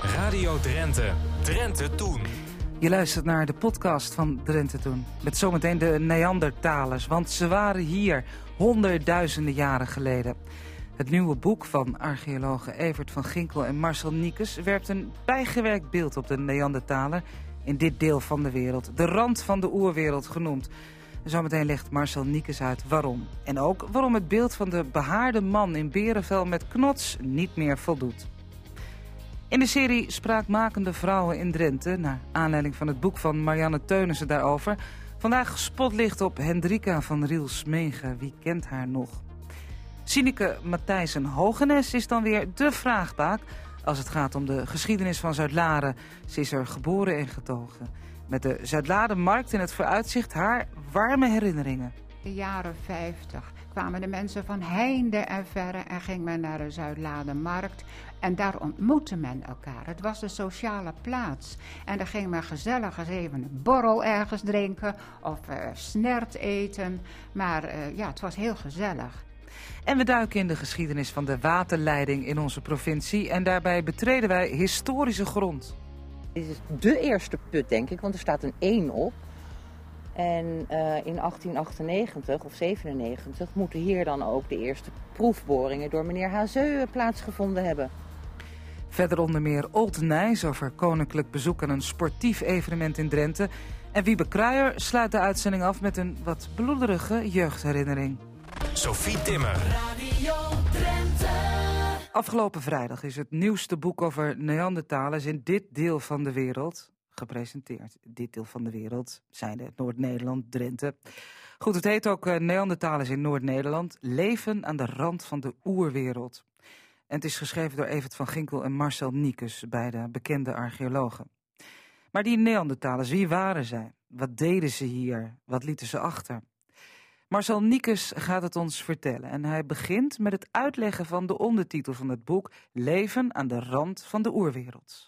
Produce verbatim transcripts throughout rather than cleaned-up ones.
Radio Drenthe. Drenthe Toen. Je luistert naar de podcast van Drenthe Toen. Met zometeen de Neandertalers, want ze waren hier honderdduizenden jaren geleden. Het nieuwe boek van archeologen Evert van Ginkel en Marcel Niekes werpt een bijgewerkt beeld op de Neandertaler in dit deel van de wereld. De rand van de oerwereld genoemd. Zometeen legt Marcel Niekes uit waarom. En ook waarom het beeld van de behaarde man in berenvel met knots niet meer voldoet. In de serie Spraakmakende vrouwen in Drenthe, naar aanleiding van het boek van Marianne Teunissen daarover, vandaag spotlicht op Hendrika van Riel-Smegen. Wie kent haar nog? Sineke Matthijssen-Hogenes is dan weer de vraagbaak als het gaat om de geschiedenis van Zuidlaren. Ze is er geboren en getogen. Met de Zuidlarenmarkt in het vooruitzicht haar warme herinneringen. De jaren vijftig kwamen de mensen van heinde en verre en ging men naar de Zuidlarenmarkt. En daar ontmoette men elkaar. Het was de sociale plaats. En dan ging men gezellig eens even een borrel ergens drinken of uh, snert eten. Maar uh, ja, het was heel gezellig. En we duiken in de geschiedenis van de waterleiding in onze provincie. En daarbij betreden wij historische grond. Dit is de eerste put, denk ik, want er staat een één op. En uh, in achttien achtennegentig of zevenennegentig moeten hier dan ook de eerste proefboringen door meneer Hazeu plaatsgevonden hebben. Verder onder meer Old Nijs over koninklijk bezoek aan een sportief evenement in Drenthe. En Wiebe Kruijer sluit de uitzending af met een wat bloederige jeugdherinnering. Sophie Timmer. Radio Drenthe. Afgelopen vrijdag is het nieuwste boek over Neandertalers in dit deel van de wereld gepresenteerd. Dit deel van de wereld zijnde Noord-Nederland, Drenthe. Goed, het heet ook uh, Neandertalers in Noord-Nederland. Leven aan de rand van de oerwereld. En het is geschreven door Evert van Ginkel en Marcel Niekes, beide bekende archeologen. Maar die Neandertalers, wie waren zij? Wat deden ze hier? Wat lieten ze achter? Marcel Niekes gaat het ons vertellen en hij begint met het uitleggen van de ondertitel van het boek Leven aan de rand van de oerwereld.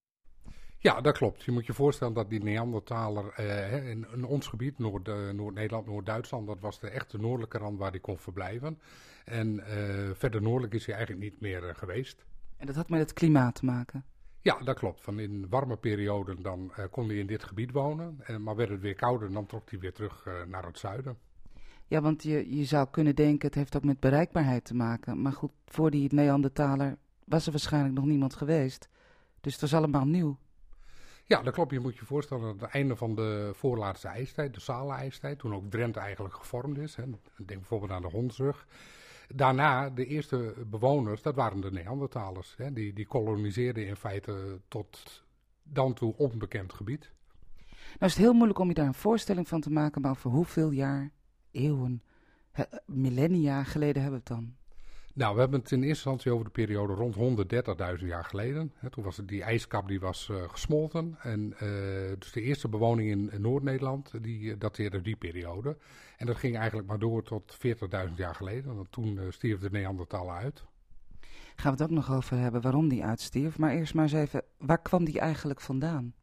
Ja, dat klopt. Je moet je voorstellen dat die Neandertaler eh, in, in ons gebied, Noord, uh, Noord-Nederland, Noord-Duitsland, dat was de echte noordelijke rand waar hij kon verblijven. En uh, verder noordelijk is hij eigenlijk niet meer uh, geweest. En dat had met het klimaat te maken? Ja, dat klopt. Van in warme perioden dan uh, kon hij in dit gebied wonen. Uh, maar werd het weer kouder, dan trok hij weer terug uh, naar het zuiden. Ja, want je, je zou kunnen denken, het heeft ook met bereikbaarheid te maken. Maar goed, voor die Neandertaler was er waarschijnlijk nog niemand geweest. Dus het was allemaal nieuw. Ja, dat klopt. Je moet je voorstellen dat het einde van de voorlaatste ijstijd, de Sale-ijstijd, toen ook Drenthe eigenlijk gevormd is. Hè. Denk bijvoorbeeld aan de Hondsrug. Daarna, de eerste bewoners, dat waren de Neandertalers. Hè. Die, die koloniseerden in feite tot dan toe onbekend gebied. Nou is het heel moeilijk om je daar een voorstelling van te maken, maar over hoeveel jaar, eeuwen, millennia geleden hebben we het dan? Nou, we hebben het in eerste instantie over de periode rond honderddertigduizend jaar geleden. He, toen was het, die ijskap die was uh, gesmolten. En uh, dus de eerste bewoning in, in Noord-Nederland, die uh, dateerde die periode. En dat ging eigenlijk maar door tot veertigduizend jaar geleden. Want toen uh, stierf de Neandertaler uit. Gaan we het ook nog over hebben waarom die uitstierf. Maar eerst maar eens even, waar kwam die eigenlijk vandaan?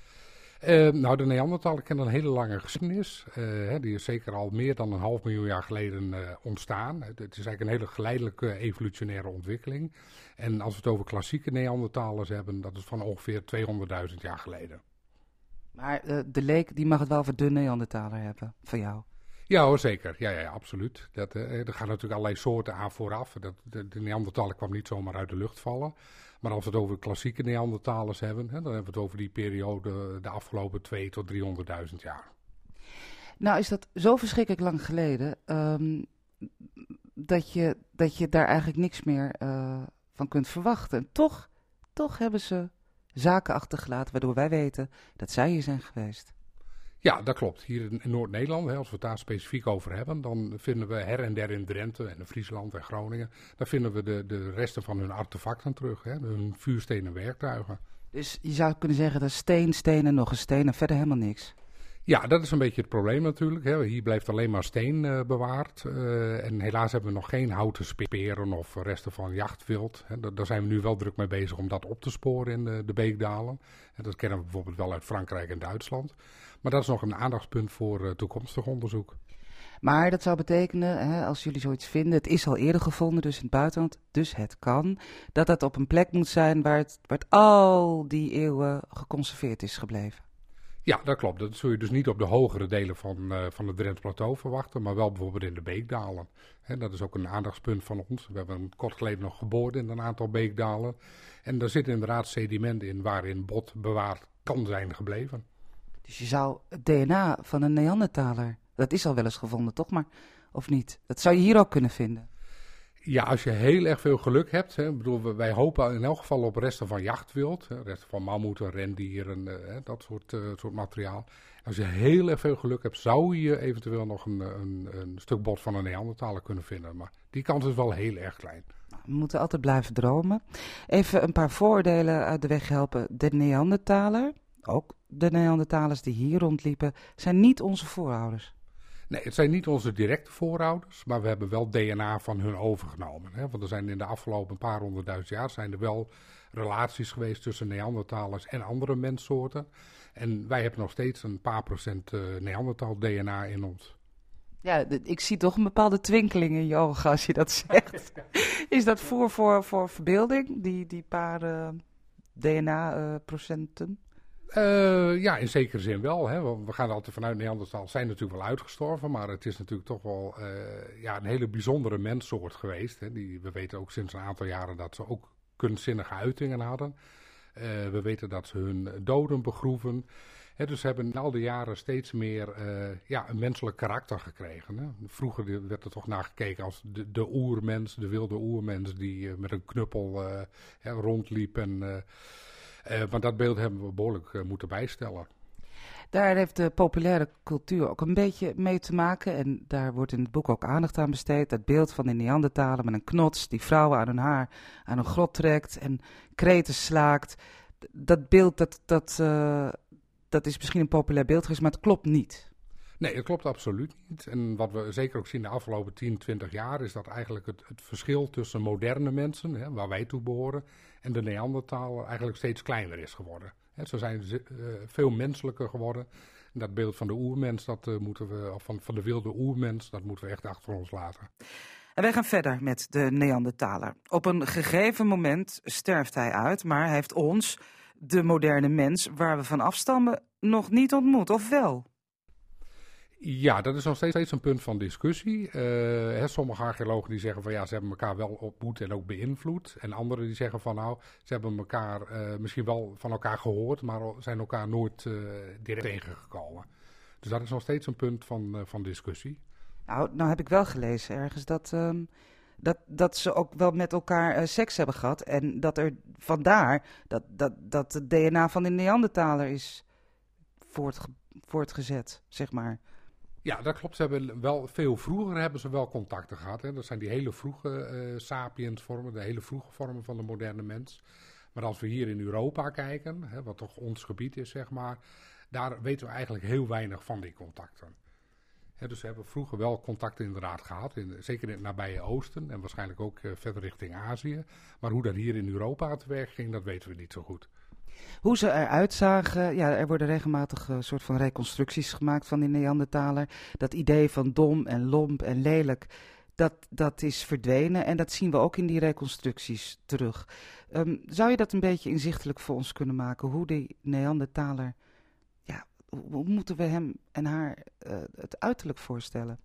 Uh, nou, de Neandertaler kennen een hele lange geschiedenis. Uh, hè, die is zeker al meer dan een half miljoen jaar geleden uh, ontstaan. Het, het is eigenlijk een hele geleidelijke evolutionaire ontwikkeling. En als we het over klassieke Neandertalers hebben, dat is van ongeveer tweehonderdduizend jaar geleden. Maar uh, de leek, die mag het wel over de Neandertaler hebben, van jou? Ja hoor, zeker. Ja, ja, ja absoluut. Dat, uh, er gaan natuurlijk allerlei soorten aan vooraf. Dat, de, de Neandertaler kwam niet zomaar uit de lucht vallen. Maar als we het over klassieke Neandertalers hebben, hè, dan hebben we het over die periode de afgelopen twee tot driehonderdduizend jaar. Nou is dat zo verschrikkelijk lang geleden, um, dat, je, dat je daar eigenlijk niks meer uh, van kunt verwachten. En toch, toch hebben ze zaken achtergelaten waardoor wij weten dat zij hier zijn geweest. Ja, dat klopt. Hier in Noord-Nederland, hè, als we het daar specifiek over hebben, dan vinden we her en der in Drenthe en in Friesland en Groningen, dan vinden we de, de resten van hun artefacten terug, hè, hun vuurstenen werktuigen. Dus je zou kunnen zeggen dat steen, steen en nog een steen en verder helemaal niks. Ja, dat is een beetje het probleem natuurlijk. Hè. Hier blijft alleen maar steen uh, bewaard. Uh, en helaas hebben we nog geen houten speren of resten van jachtwild. Hè. Daar zijn we nu wel druk mee bezig om dat op te sporen in de, de beekdalen. En dat kennen we bijvoorbeeld wel uit Frankrijk en Duitsland. Maar dat is nog een aandachtspunt voor uh, toekomstig onderzoek. Maar dat zou betekenen, hè, als jullie zoiets vinden, het is al eerder gevonden, dus in het buitenland, dus het kan, dat dat op een plek moet zijn waar het, waar het al die eeuwen geconserveerd is gebleven. Ja, dat klopt. Dat zul je dus niet op de hogere delen van, uh, van het Drents plateau verwachten, maar wel bijvoorbeeld in de beekdalen. Hè, dat is ook een aandachtspunt van ons. We hebben kort geleden nog geboord in een aantal beekdalen. En daar zit inderdaad sediment in waarin bot bewaard kan zijn gebleven. Dus je zou het D N A van een Neandertaler, dat is al wel eens gevonden, toch? Maar, of niet? Dat zou je hier ook kunnen vinden. Ja, als je heel erg veel geluk hebt. Hè, bedoel, wij hopen in elk geval op resten van jachtwild. Hè, resten van mammoeten, rendieren, hè, dat soort, uh, soort materiaal. Als je heel erg veel geluk hebt, zou je eventueel nog een, een, een stuk bot van een Neandertaler kunnen vinden. Maar die kans is wel heel erg klein. We moeten altijd blijven dromen. Even een paar vooroordelen uit de weg helpen. De Neandertaler, ook de Neandertalers die hier rondliepen, zijn niet onze voorouders. Nee, het zijn niet onze directe voorouders, maar we hebben wel D N A van hun overgenomen. Hè? Want er zijn in de afgelopen paar honderdduizend jaar zijn er wel relaties geweest tussen Neandertalers en andere menssoorten. En wij hebben nog steeds een paar procent uh, Neandertal D N A in ons. Ja, d- ik zie toch een bepaalde twinkeling in je ogen als je dat zegt. Is dat voor, voor, voor verbeelding, die, die paar uh, D N A-procenten? Uh, ja, in zekere zin wel. Hè. We gaan er altijd vanuit, Neandertalers zijn natuurlijk wel uitgestorven, maar het is natuurlijk toch wel uh, ja, een hele bijzondere menssoort geweest. Hè. Die, we weten ook sinds een aantal jaren dat ze ook kunstzinnige uitingen hadden. Uh, we weten dat ze hun doden begroeven. Hè, dus ze hebben in al die jaren steeds meer uh, ja, een menselijk karakter gekregen. Hè. Vroeger werd er toch naar gekeken als de, de oermens, de wilde oermens die uh, met een knuppel uh, hè, rondliep en... Uh, Uh, maar dat beeld hebben we behoorlijk uh, moeten bijstellen. Daar heeft de populaire cultuur ook een beetje mee te maken. En daar wordt in het boek ook aandacht aan besteed. Dat beeld van de Neandertaler met een knots die vrouwen aan hun haar aan een grot trekt en kreten slaakt. Dat beeld, dat, dat, uh, dat is misschien een populair beeld geweest, maar het klopt niet. Nee, dat klopt absoluut niet. En wat we zeker ook zien de afgelopen tien, twintig jaar... is dat eigenlijk het, het verschil tussen moderne mensen, hè, waar wij toe behoren... en de Neandertaler eigenlijk steeds kleiner is geworden. Hè, ze zijn uh, veel menselijker geworden. En dat beeld van de oermens, dat uh, moeten we, of van, van de wilde oermens, dat moeten we echt achter ons laten. En wij gaan verder met de Neandertaler. Op een gegeven moment sterft hij uit, maar hij heeft ons, de moderne mens, waar we van afstammen, nog niet ontmoet, of wel? Ja, dat is nog steeds een punt van discussie. Uh, hè, sommige archeologen die zeggen van ja, ze hebben elkaar wel ontmoet en ook beïnvloed. En anderen die zeggen van nou, ze hebben elkaar uh, misschien wel van elkaar gehoord, maar zijn elkaar nooit uh, direct tegengekomen. Dus dat is nog steeds een punt van, uh, van discussie. Nou, nou heb ik wel gelezen ergens dat, um, dat, dat ze ook wel met elkaar uh, seks hebben gehad. En dat er vandaar dat, dat, dat het D N A van de Neandertaler is voortge, voortgezet, zeg maar. Ja, dat klopt. Ze hebben wel, veel vroeger hebben ze wel contacten gehad. Hè. Dat zijn die hele vroege uh, sapiens-vormen, de hele vroege vormen van de moderne mens. Maar als we hier in Europa kijken, hè, wat toch ons gebied is, zeg maar, daar weten we eigenlijk heel weinig van die contacten. Hè, dus we hebben vroeger wel contacten inderdaad gehad, in, zeker in het nabije Oosten en waarschijnlijk ook uh, verder richting Azië. Maar hoe dat hier in Europa te werk ging, dat weten we niet zo goed. Hoe ze eruit zagen, ja, er worden regelmatig een uh, soort van reconstructies gemaakt van die Neandertaler. Dat idee van dom en lomp en lelijk, dat, dat is verdwenen en dat zien we ook in die reconstructies terug. Um, zou je dat een beetje inzichtelijk voor ons kunnen maken, hoe die Neandertaler, ja, hoe, hoe moeten we hem en haar uh, het uiterlijk voorstellen?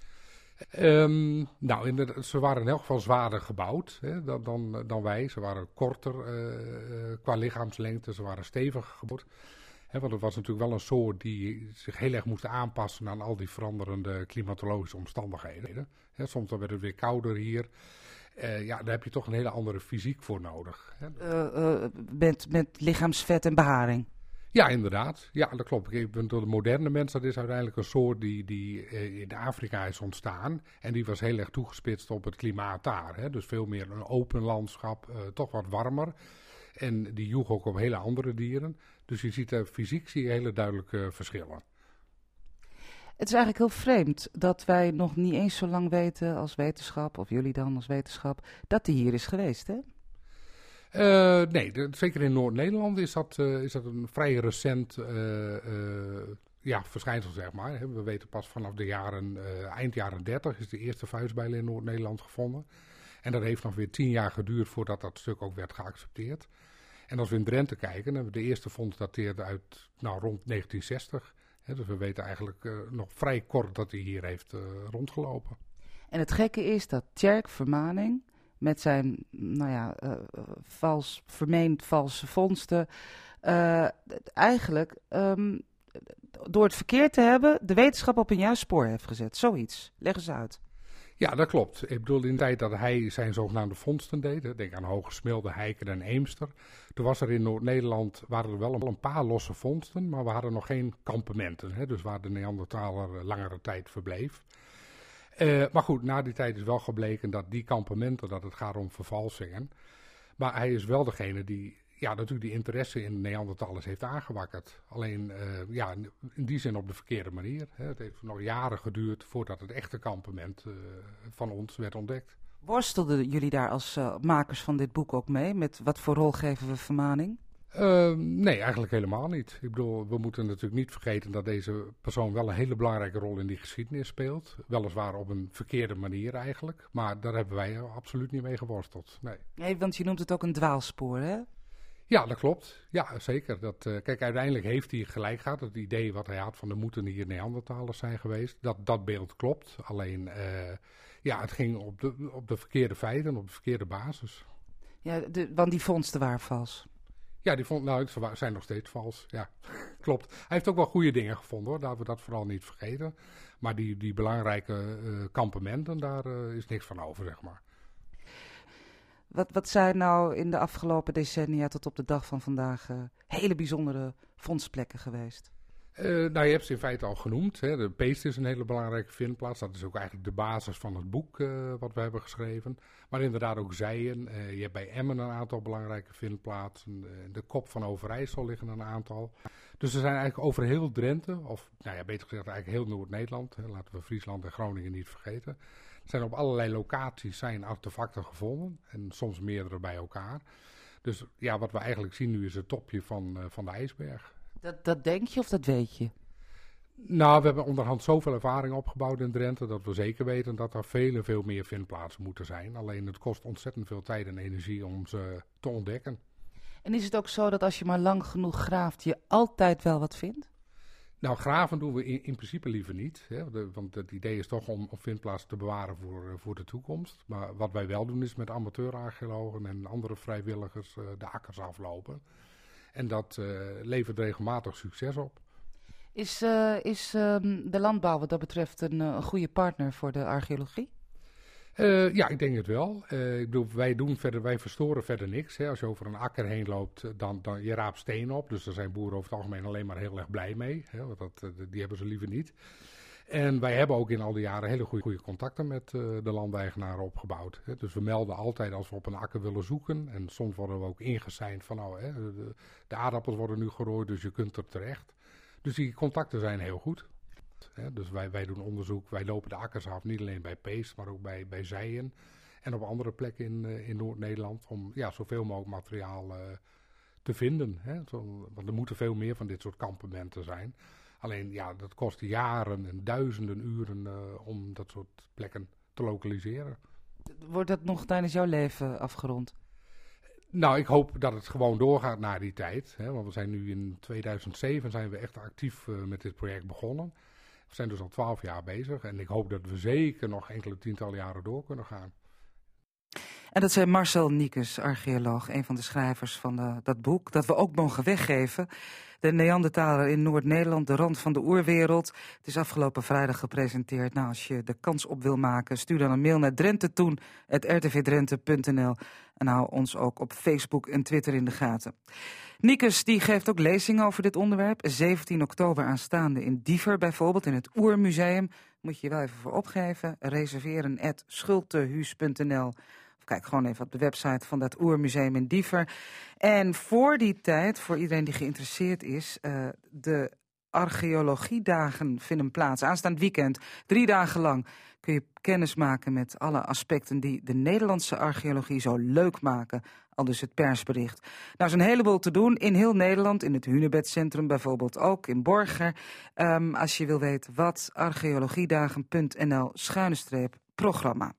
Um, nou, inderdaad, ze waren in elk geval zwaarder gebouwd hè, dan, dan, dan wij. Ze waren korter uh, qua lichaamslengte, ze waren steviger gebouwd. Hè, want het was natuurlijk wel een soort die zich heel erg moest aanpassen aan al die veranderende klimatologische omstandigheden. Hè, soms dan werd het weer kouder hier. Uh, ja, daar heb je toch een hele andere fysiek voor nodig. Hè. Uh, uh, met, met lichaamsvet en beharing. Ja, inderdaad. Ja, dat klopt. Ik ben door de moderne mens, dat is uiteindelijk een soort die, die uh, in Afrika is ontstaan. En die was heel erg toegespitst op het klimaat daar. Hè. Dus veel meer een open landschap, uh, toch wat warmer. En die joeg ook op hele andere dieren. Dus je ziet er fysiek zie je hele duidelijke verschillen. Het is eigenlijk heel vreemd dat wij nog niet eens zo lang weten als wetenschap, of jullie dan als wetenschap, dat die hier is geweest, hè? Uh, nee, de, zeker in Noord-Nederland is dat, uh, is dat een vrij recent uh, uh, ja, verschijnsel, zeg maar. Hè. We weten pas vanaf de jaren, uh, eind jaren dertig is de eerste vuistbijl in Noord-Nederland gevonden. En dat heeft nog weer tien jaar geduurd voordat dat stuk ook werd geaccepteerd. En als we in Drenthe kijken, hebben we de eerste vondst dateerde uit nou, rond negentien zestig. Hè, dus we weten eigenlijk uh, nog vrij kort dat hij hier heeft uh, rondgelopen. En het gekke is dat Tjerk Vermaning met zijn, nou ja, uh, vals, vermeend valse vondsten, uh, eigenlijk um, door het verkeerd te hebben de wetenschap op een juist spoor heeft gezet. Zoiets. Leg eens uit. Ja, dat klopt. Ik bedoel, in de tijd dat hij zijn zogenaamde vondsten deed, denk aan Hogesmilde, Heiken en Eemster. Toen was er in Noord-Nederland, waren er wel een, een paar losse vondsten, maar we hadden nog geen kampementen. Hè, dus waar de Neandertaler langere tijd verbleef. Uh, maar goed, na die tijd is wel gebleken dat die kampementen, dat het gaat om vervalsingen. Maar hij is wel degene die, ja, natuurlijk die interesse in Neandertalers heeft aangewakkerd. Alleen, uh, ja, in die zin op de verkeerde manier. Hè. Het heeft nog jaren geduurd voordat het echte kampement uh, van ons werd ontdekt. Worstelden jullie daar als uh, makers van dit boek ook mee? Met wat voor rol geven we Vermaning? Uh, nee, eigenlijk helemaal niet. Ik bedoel, we moeten natuurlijk niet vergeten dat deze persoon wel een hele belangrijke rol in die geschiedenis speelt. Weliswaar op een verkeerde manier eigenlijk, maar daar hebben wij absoluut niet mee geworsteld. Nee, nee, want je noemt het ook een dwaalspoor, hè? Ja, dat klopt. Ja, zeker. Dat, uh, kijk, uiteindelijk heeft hij gelijk gehad. Het idee wat hij had van er moeten hier Neandertalers zijn geweest, dat, dat beeld klopt. Alleen, uh, ja, het ging op de, op de verkeerde feiten, op de verkeerde basis. Ja, de, want die vondsten waren vals. Ja, die vond, nou, ze zijn nog steeds vals. Ja, klopt. Hij heeft ook wel goede dingen gevonden, hoor. Laten we dat vooral niet vergeten. Maar die, die belangrijke uh, kampementen, daar uh, is niks van over, zeg maar. Wat, wat zijn nou in de afgelopen decennia tot op de dag van vandaag uh, hele bijzondere vondstplekken geweest? Uh, nou, je hebt ze in feite al genoemd. Hè. De Peest is een hele belangrijke vindplaats. Dat is ook eigenlijk de basis van het boek uh, wat we hebben geschreven. Maar inderdaad ook Zeien. Uh, je hebt bij Emmen een aantal belangrijke vindplaatsen. Uh, de Kop van Overijssel liggen een aantal. Dus er zijn eigenlijk over heel Drenthe, of nou ja, beter gezegd eigenlijk heel Noord-Nederland. Hè. Laten we Friesland en Groningen niet vergeten. Er zijn op allerlei locaties zijn artefacten gevonden. En soms meerdere bij elkaar. Dus ja, wat we eigenlijk zien nu is het topje van, uh, van de ijsberg. Dat, dat denk je of dat weet je? Nou, we hebben onderhand zoveel ervaring opgebouwd in Drenthe dat we zeker weten dat er veel en veel meer vindplaatsen moeten zijn. Alleen het kost ontzettend veel tijd en energie om ze te ontdekken. En is het ook zo dat als je maar lang genoeg graaft, je altijd wel wat vindt? Nou, graven doen we in, in principe liever niet. Hè, de, want het idee is toch om, om vindplaatsen te bewaren voor, uh, voor de toekomst. Maar wat wij wel doen is met amateur-archeologen en andere vrijwilligers uh, de akkers aflopen. En dat uh, levert regelmatig succes op. Is, uh, is uh, de landbouw wat dat betreft een, uh, een goede partner voor de archeologie? Uh, ja, ik denk het wel. Uh, ik bedoel, wij doen verder, wij verstoren verder niks. Hè. Als je over een akker heen loopt, dan, dan je raapt steen op. Dus daar zijn boeren over het algemeen alleen maar heel erg blij mee. Hè, want dat, die hebben ze liever niet. En wij hebben ook in al die jaren hele goede, goede contacten met uh, de landeigenaren opgebouwd. Hè. Dus we melden altijd als we op een akker willen zoeken. En soms worden we ook ingeseind van, nou, hè, de, de aardappels worden nu gerooid, dus je kunt er terecht. Dus die contacten zijn heel goed. Hè. Dus wij, wij doen onderzoek, wij lopen de akkers af, niet alleen bij Peest, maar ook bij, bij Zeien. En op andere plekken in, uh, in Noord-Nederland om ja, zoveel mogelijk materiaal uh, te vinden. Hè. Zo, want er moeten veel meer van dit soort kampementen zijn. Alleen, ja, dat kost jaren en duizenden uren uh, om dat soort plekken te lokaliseren. Wordt dat nog tijdens jouw leven afgerond? Nou, ik hoop dat het gewoon doorgaat na die tijd. Hè, want we zijn nu in tweeduizend zeven zijn we echt actief uh, met dit project begonnen. We zijn dus al twaalf jaar bezig. En ik hoop dat we zeker nog enkele tientallen jaren door kunnen gaan. En dat zei Marcel Niekes, archeoloog, een van de schrijvers van de, dat boek, dat we ook mogen weggeven. De Neandertaler in Noord-Nederland, de rand van de oerwereld. Het is afgelopen vrijdag gepresenteerd. Nou, als je de kans op wil maken, stuur dan een mail naar drentetoen apenstaartje r t v drenthe punt n l. En hou ons ook op Facebook en Twitter in de gaten. Niekes die geeft ook lezingen over dit onderwerp. zeventien oktober aanstaande in Diever bijvoorbeeld, in het Oermuseum. Moet je je wel even voor opgeven. Reserveren at schultehuis punt n l. Kijk gewoon even op de website van dat Oermuseum in Diever. En voor die tijd, voor iedereen die geïnteresseerd is, uh, de archeologiedagen vinden plaats. Aanstaand weekend, drie dagen lang, kun je kennis maken met alle aspecten die de Nederlandse archeologie zo leuk maken. Al dus het persbericht. Nou, er is een heleboel te doen in heel Nederland, in het Hunebedcentrum bijvoorbeeld ook, in Borger. Um, als je wil weten wat, archeologiedagen punt n l schuine streep programma.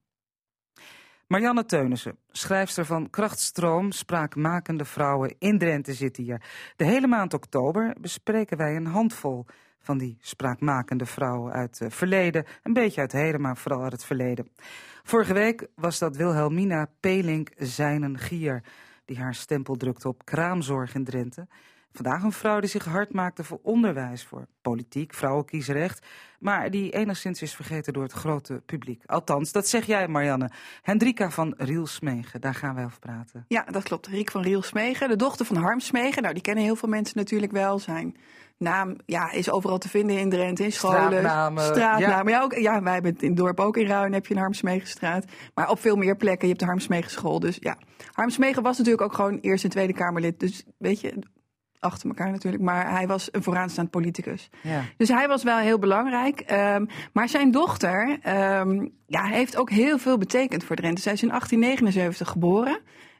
Marianne Teunissen, schrijfster van Krachtstroom, spraakmakende vrouwen in Drenthe, zit hier. De hele maand oktober bespreken wij een handvol van die spraakmakende vrouwen uit het verleden. Een beetje uit het heden, maar vooral uit het verleden. Vorige week was dat Wilhelmina Pelink-Zijnen-Gier, die haar stempel drukte op kraamzorg in Drenthe. Vandaag een vrouw die zich hard maakte voor onderwijs, voor politiek, vrouwenkiesrecht, maar die enigszins is vergeten door het grote publiek. Althans, dat zeg jij, Marianne. Hendrika van Riel-Smegen, daar gaan wij over praten. Ja, dat klopt. Riek van Riel-Smegen, de dochter van Harm Smegen. Nou, die kennen heel veel mensen natuurlijk wel. Zijn naam ja, is overal te vinden in Drenthe, in scholen. Straatnamen. Straatnamen. Ja. Ja, ook, ja, wij hebben in het dorp ook in Ruin heb je een Harm Smegenstraat. Maar op veel meer plekken, je hebt de Harm Smegenschool. Dus ja, Harm Smegen was natuurlijk ook gewoon Eerste en Tweede Kamerlid. Dus weet je, achter elkaar natuurlijk, maar hij was een vooraanstaand politicus. Ja. Dus hij was wel heel belangrijk. Um, maar zijn dochter um, ja, heeft ook heel veel betekend voor Drenthe. Zij is in achttien negenenzeventig geboren.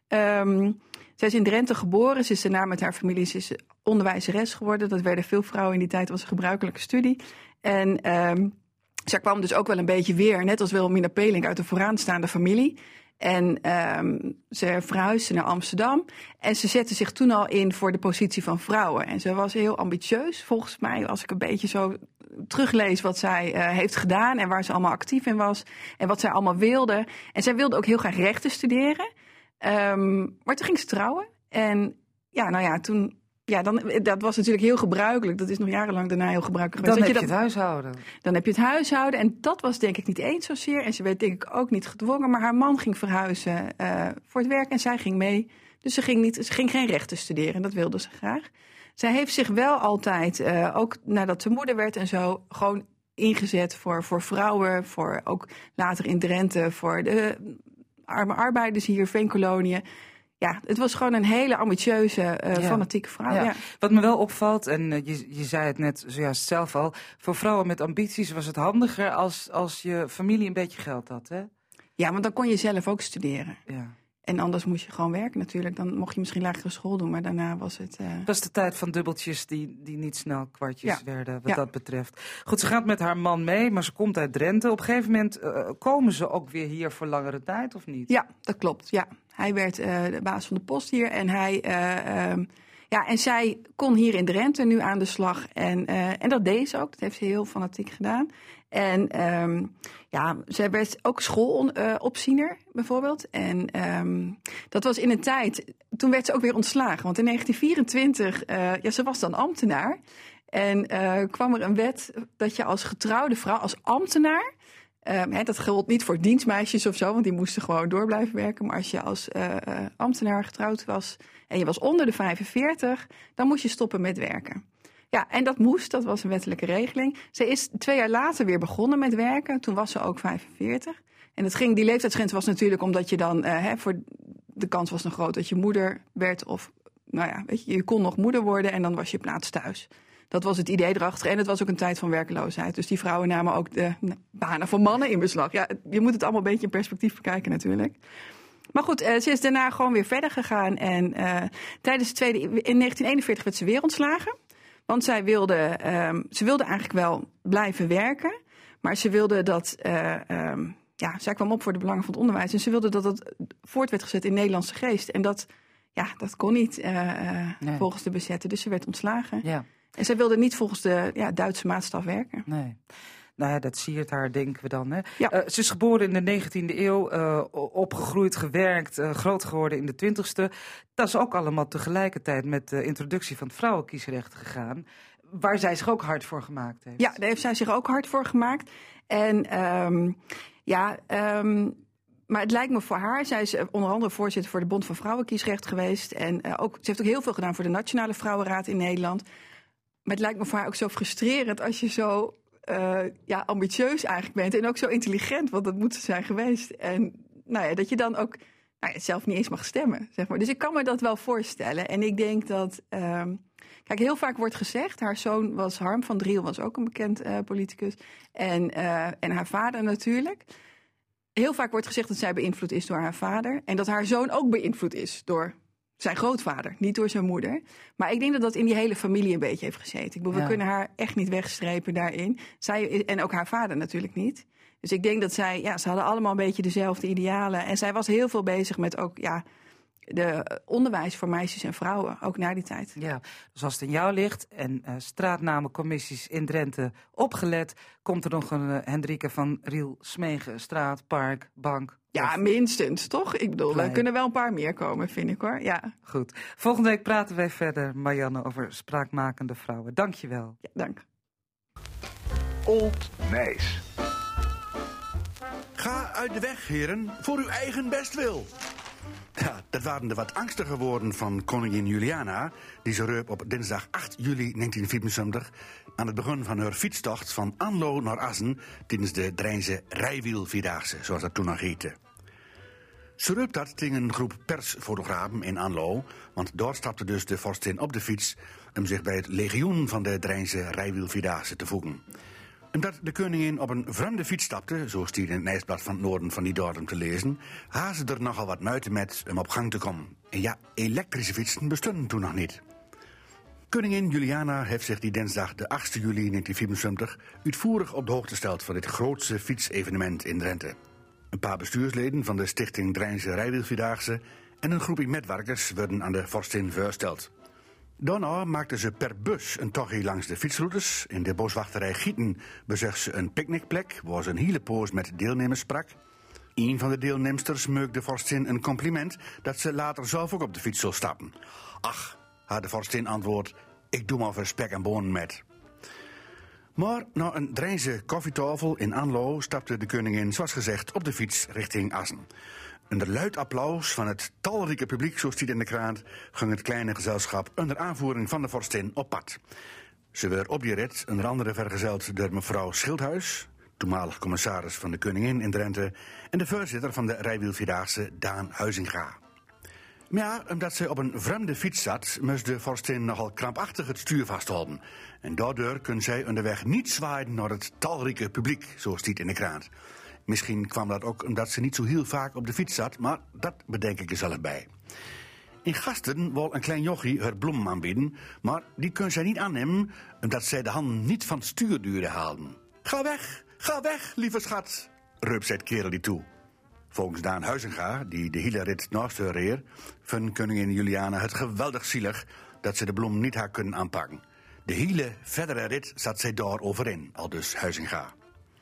Um, zij is in Drenthe geboren. Ze is daarna met haar familie ze is onderwijzeres geworden. Dat werden veel vrouwen in die tijd, was een gebruikelijke studie. En um, zij kwam dus ook wel een beetje weer, net als Wilhelmina Pelink, uit een vooraanstaande familie. En um, ze verhuisde naar Amsterdam. En ze zette zich toen al in voor de positie van vrouwen. En ze was heel ambitieus, volgens mij, als ik een beetje zo teruglees wat zij uh, heeft gedaan en waar ze allemaal actief in was. En wat zij allemaal wilde. En zij wilde ook heel graag rechten studeren. Um, maar toen ging ze trouwen. En ja, nou ja, toen... Ja, dan, dat was natuurlijk heel gebruikelijk. Dat is nog jarenlang daarna heel gebruikelijk. Dan heb je, je dat, het huishouden. Dan heb je het huishouden. En dat was denk ik niet eens zozeer. En ze werd denk ik ook niet gedwongen. Maar haar man ging verhuizen uh, voor het werk en zij ging mee. Dus ze ging, niet, ze ging geen rechten studeren. Dat wilde ze graag. Zij heeft zich wel altijd, uh, ook nadat ze moeder werd en zo, gewoon ingezet voor, voor vrouwen. Voor ook later in Drenthe, voor de arme arbeiders hier, veenkoloniën. Ja, het was gewoon een hele ambitieuze, uh, ja. fanatieke vrouw. Ja. Ja. Wat me wel opvalt, en uh, je, je zei het net zojuist zelf al, voor vrouwen met ambities was het handiger als, als je familie een beetje geld had, hè? Ja, want dan kon je zelf ook studeren. Ja. En anders moest je gewoon werken natuurlijk. Dan mocht je misschien lagere school doen, maar daarna was het... Uh... Het was de tijd van dubbeltjes die, die niet snel kwartjes ja. werden, wat ja. dat betreft. Goed, ze gaat met haar man mee, maar ze komt uit Drenthe. Op een gegeven moment uh, komen ze ook weer hier voor langere tijd, of niet? Ja, dat klopt, ja. Hij werd uh, de baas van de post hier en hij... Uh, um, ja, en zij kon hier in Drenthe nu aan de slag. En, uh, en dat deed ze ook. Dat heeft ze heel fanatiek gedaan. En um, ja, zij werd ook schoolopziener uh, bijvoorbeeld. En um, dat was in een tijd... Toen werd ze ook weer ontslagen. Want in negentien vierentwintig... Uh, ja, ze was dan ambtenaar. En uh, kwam er een wet dat je als getrouwde vrouw, als ambtenaar... Um, he, dat geldt niet voor dienstmeisjes of zo, want die moesten gewoon door blijven werken. Maar als je als uh, uh, ambtenaar getrouwd was en je was onder de vijfenveertig, dan moest je stoppen met werken. Ja, en dat moest, dat was een wettelijke regeling. Ze is twee jaar later weer begonnen met werken, toen was ze ook vijfenveertig. En dat ging, die leeftijdsgrens was natuurlijk omdat je dan, uh, he, voor de kans was nog groot dat je moeder werd of, nou ja, weet je, je kon nog moeder worden en dan was je plaats thuis. Dat was het idee erachter. En het was ook een tijd van werkloosheid. Dus die vrouwen namen ook de nou, banen van mannen in beslag. Ja, je moet het allemaal een beetje in perspectief bekijken natuurlijk. Maar goed, uh, ze is daarna gewoon weer verder gegaan. En uh, tijdens de tweede... In negentien eenenveertig werd ze weer ontslagen. Want zij wilde... Um, ze wilde eigenlijk wel blijven werken. Maar ze wilde dat... Uh, um, ja, zij kwam op voor de belangen van het onderwijs. En ze wilde dat het voort werd gezet in Nederlandse geest. En dat, ja, dat kon niet uh, uh, nee. volgens de bezetter. Dus ze werd ontslagen. Ja. En zij wilde niet volgens de ja, Duitse maatstaf werken. Nee. Nou ja, dat siert haar, denken we dan. Hè? Ja. Uh, ze is geboren in de negentiende eeuw, uh, opgegroeid, gewerkt, uh, groot geworden in de twintigste. Dat is ook allemaal tegelijkertijd met de introductie van het vrouwenkiesrecht gegaan. Waar zij zich ook hard voor gemaakt heeft. Ja, daar heeft zij zich ook hard voor gemaakt. En um, ja... Um, Maar het lijkt me voor haar, zij is onder andere voorzitter voor de Bond van Vrouwenkiesrecht geweest. En uh, ook, ze heeft ook heel veel gedaan voor de Nationale Vrouwenraad in Nederland. Maar het lijkt me voor haar ook zo frustrerend als je zo uh, ja, ambitieus eigenlijk bent. En ook zo intelligent, want dat moet ze zijn geweest. En nou ja, dat je dan ook nou ja, zelf niet eens mag stemmen. Zeg maar. Dus ik kan me dat wel voorstellen. En ik denk dat... Um, kijk, heel vaak wordt gezegd... haar zoon was Harm van Driel, was ook een bekend uh, politicus. En, uh, en haar vader natuurlijk. Heel vaak wordt gezegd dat zij beïnvloed is door haar vader. En dat haar zoon ook beïnvloed is door zijn grootvader. Niet door zijn moeder. Maar ik denk dat dat in die hele familie een beetje heeft gezeten. Ik bedoel, ja. We kunnen haar echt niet wegstrepen daarin. Zij, en ook haar vader natuurlijk niet. Dus ik denk dat zij, ja, ze hadden allemaal een beetje dezelfde idealen. En zij was heel veel bezig met ook, ja, de onderwijs voor meisjes en vrouwen, ook na die tijd. Ja, dus als het in jou ligt en uh, straatnamencommissies in Drenthe opgelet, komt er nog een uh, Hendrike van Riel Smegen, straat, park, bank. Ja, of... minstens, toch? Ik bedoel, Klein. Er kunnen wel een paar meer komen, vind ik hoor. Ja. Goed. Volgende week praten wij verder, Marianne, over spraakmakende vrouwen. Dank je wel. Ja, dank. Old Nijs. Ga uit de weg, heren, voor uw eigen bestwil. Ja, dat waren de wat angstige woorden van koningin Juliana, die ze reup op dinsdag acht juli negentien vierenzeventig aan het begin van haar fietstocht van Anlo naar Assen tijdens de Drijnse Rijwielvierdaagse, zoals dat toen nog heette. Ze reup dat tegen een groep persfotografen in Anlo, want daar stapte dus de vorstin op de fiets om zich bij het legioen van de Drijnse Rijwielvierdaagse te voegen. Omdat de koningin op een vreemde fiets stapte, zo stier in het Nijsblad van het Noorden van die datum te lezen, hadden ze er nogal wat moeite met om op gang te komen. En ja, elektrische fietsen bestonden toen nog niet. Koningin Juliana heeft zich die dinsdag de achtste juli negentien vierenzeventig uitvoerig op de hoogte gesteld van dit grootste fietsevenement in Drenthe. Een paar bestuursleden van de stichting Drijnse Rijwielvierdaagse en een groepje medewerkers werden aan de vorstin voorgesteld. Daarna maakten ze per bus een tochtje langs de fietsroutes. In de boswachterij Gieten bezocht ze een picknickplek waar ze een hele poos met deelnemers sprak. Een van de deelnemsters meuk de vorstin een compliment dat ze later zelf ook op de fiets zou stappen. Ach, had de vorstin antwoord, ik doe maar voor spek en bonen met. Maar na een Drijnse koffietafel in Anlo stapte de koningin zoals gezegd op de fiets richting Assen. Onder luid applaus van het talrijke publiek, zo stiet in de krant, ging het kleine gezelschap onder aanvoering van de vorstin op pad. Ze werd op die rit onder andere vergezeld door mevrouw Schildhuis, toenmalig commissaris van de koningin in Drenthe, en de voorzitter van de Rijwielvierdaagse, Daan Huizinga. Maar ja, omdat ze op een vreemde fiets zat, moest de vorstin nogal krampachtig het stuur vasthouden. En daardoor kon zij onderweg niet zwaaien naar het talrijke publiek, zo stiet in de krant. Misschien kwam dat ook omdat ze niet zo heel vaak op de fiets zat, maar dat bedenk ik er zelf bij. In Gasten wil een klein jochie haar bloemen aanbieden, maar die kon zij niet aannemen omdat zij de handen niet van het stuur duurde haalden. Ga weg, ga weg, lieve schat, reup zij het kerel die toe. Volgens Daan Huizinga, die de hele rit naast haar reed, vond koningin Juliana het geweldig zielig dat ze de bloem niet haar kunnen aanpakken. De hele verdere rit zat zij daar overin, aldus Huizinga.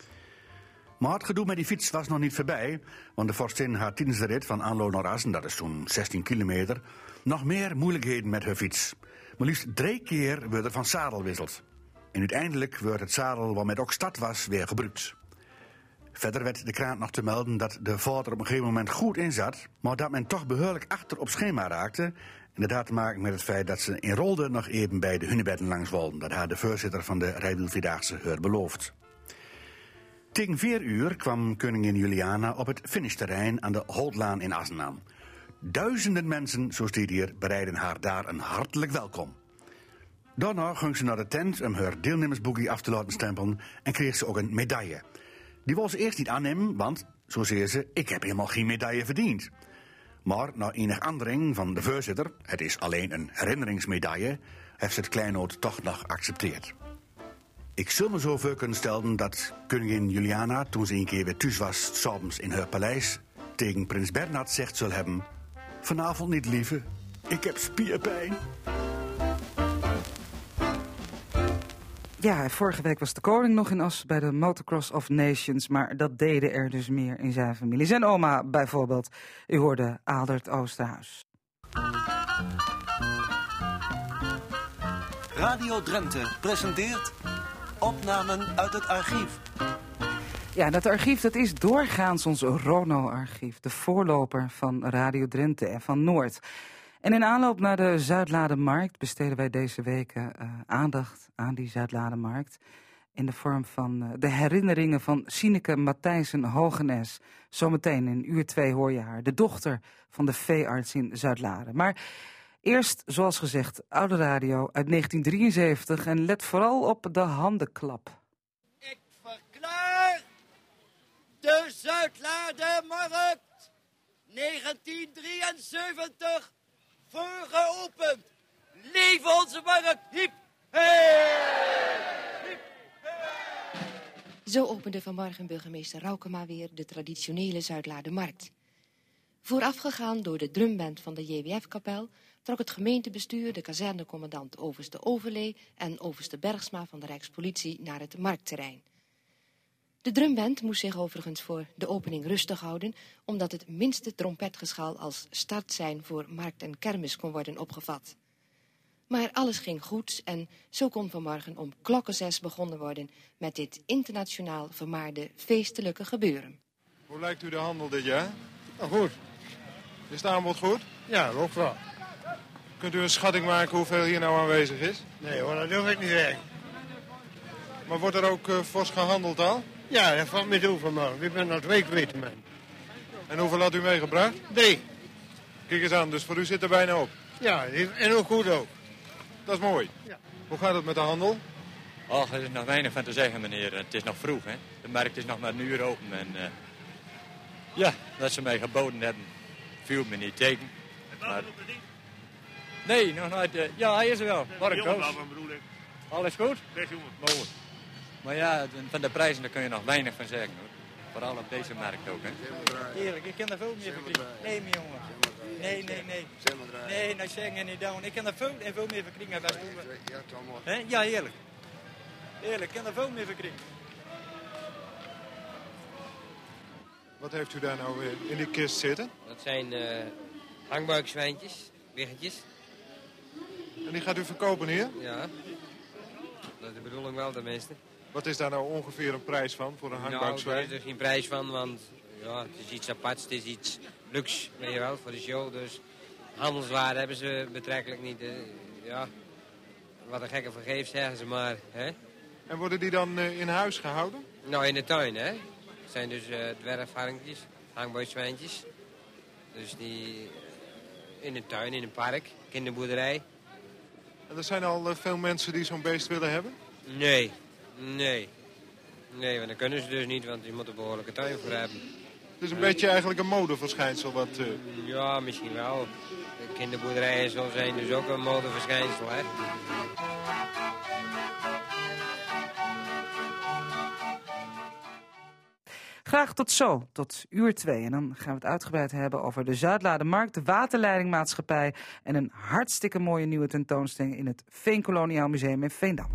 Maar het gedoe met die fiets was nog niet voorbij, want de vorstin had tijdens de rit van Anlo naar Assen, dat is zo'n zestien kilometer, nog meer moeilijkheden met haar fiets. Maar liefst drie keer werd er van zadel wisseld. En uiteindelijk werd het zadel waarmee ook stad was weer gebruikt. Verder werd de krant nog te melden dat de vader op een gegeven moment goed in zat, maar dat men toch behoorlijk achter op schema raakte. En dat had te maken met het feit dat ze in Rolde nog even bij de hunebedden langs wilden. Dat had de voorzitter van de Rijwielvierdaagse haar beloofd. Tegen vier uur kwam koningin Juliana op het finishterrein aan de Holtlaan in Assen aan. Duizenden mensen, zo staat hier, bereiden haar daar een hartelijk welkom. Daarna ging ze naar de tent om haar deelnemersboekje af te laten stempelen en kreeg ze ook een medaille. Die wou ze eerst niet aannemen, want, zo zei ze, ik heb helemaal geen medaille verdiend. Maar na enig aandring van de voorzitter, het is alleen een herinneringsmedaille, heeft ze het kleinood toch nog geaccepteerd. Ik zal me zo voor kunnen stellen dat koningin Juliana, toen ze een keer weer thuis was, 's avonds in haar paleis, tegen prins Bernhard zegt zal hebben: vanavond niet, lieve, ik heb spierpijn. Ja, vorige week was de koning nog in Assen bij de Motocross of Nations, maar dat deden er dus meer in zijn familie. Zijn oma bijvoorbeeld. U hoorde Adert Oosterhuis. Radio Drenthe presenteert opnamen uit het archief. Ja, dat archief dat is doorgaans ons Rono-archief, de voorloper van Radio Drenthe en van Noord. En in aanloop naar de Zuidladenmarkt besteden wij deze weken uh, aandacht aan die Zuidladenmarkt. in de vorm van uh, de herinneringen van Sineke Matthijssen Hogenes. Zometeen in uur twee hoor je haar, de dochter van de veearts in Zuidlaren. Maar eerst, zoals gezegd, oude radio uit negentien drieënzeventig en let vooral op de handenklap. Ik verklaar de Zuidlaardermarkt negentien drieënzeventig voor geopend. Leven onze markt! Hiep! Hey! Hiep! Zo opende vanmorgen burgemeester Raukema weer de traditionele Zuidlaardermarkt. Voorafgegaan door de drumband van de J W F-kapel trok het gemeentebestuur, de kazernecommandant Overste Overlee en Overste Bergsma van de Rijkspolitie naar het marktterrein. De drumband moest zich overigens voor de opening rustig houden, omdat het minste trompetgeschal als startsein voor markt en kermis kon worden opgevat. Maar alles ging goed en zo kon vanmorgen om klokkenzes begonnen worden met dit internationaal vermaarde feestelijke gebeuren. Hoe lijkt u de handel dit jaar? Nou, goed. Is het aanbod goed? Ja, ook wel. Kunt u een schatting maken hoeveel hier nou aanwezig is? Nee hoor, dat durf ik niet zeggen. Maar wordt er ook uh, fors gehandeld al? Ja, dat valt me toe vanmorgen. Ik ben al twee kwijt, man. En hoeveel had u meegebracht? Drie. Kijk eens aan, dus voor u zit er bijna op. Ja, en ook goed ook. Dat is mooi. Ja. Hoe gaat het met de handel? Oh, er is nog weinig van te zeggen, meneer. Het is nog vroeg, hè. De markt is nog maar een uur open. En uh, ja, dat ze mij geboden hebben, viel me niet tegen. Maar... Nee, nog nooit. Uh, ja, hij is er wel. Morgen Koos. Alles goed? Best jongen. Mooi. Maar ja, van de prijzen daar kun je nog weinig van zeggen, hoor. Vooral op deze markt ook, hè. Eerlijk, ik kan er veel meer verkrijgen. Nee, mijn jongen. Nee, nee, nee. Nee, nou zeggen niet down. Ik kan er veel en veel meer verkrijgen. He? Ja, eerlijk. Eerlijk, ik kan er veel meer verkrijgen. Wat heeft u daar nou in die kist zitten? Dat zijn uh, hangbuikzwijntjes, wiggetjes. En die gaat u verkopen hier? Ja, dat is de bedoeling wel tenminste. Wat is daar nou ongeveer een prijs van voor een hangbuikzwijn? Nou, daar is er geen prijs van, want ja, het is iets aparts, het is iets luxe, weet je wel, voor de show. Dus handelswaarde hebben ze betrekkelijk niet. Uh, ja, wat een gekke vergeef zeggen ze maar. Hè? En worden die dan uh, in huis gehouden? Nou, in de tuin, hè. Het zijn dus uh, dwergvarkentjes, hangbuikzwijntjes. Dus die in de tuin, in een park, kinderboerderij. En er zijn al uh, veel mensen die zo'n beest willen hebben? Nee, nee. Nee, want dat kunnen ze dus niet, want je moet een behoorlijke tuin voor hebben. Het is een beetje eigenlijk een modeverschijnsel wat... Uh... Ja, misschien wel. De kinderboerderijen zo zijn dus ook een modeverschijnsel, hè. Graag tot zo, tot uur twee. En dan gaan we het uitgebreid hebben over de Zuidlaardermarkt, de waterleidingmaatschappij en een hartstikke mooie nieuwe tentoonstelling in het Veenkoloniaal Museum in Veendam.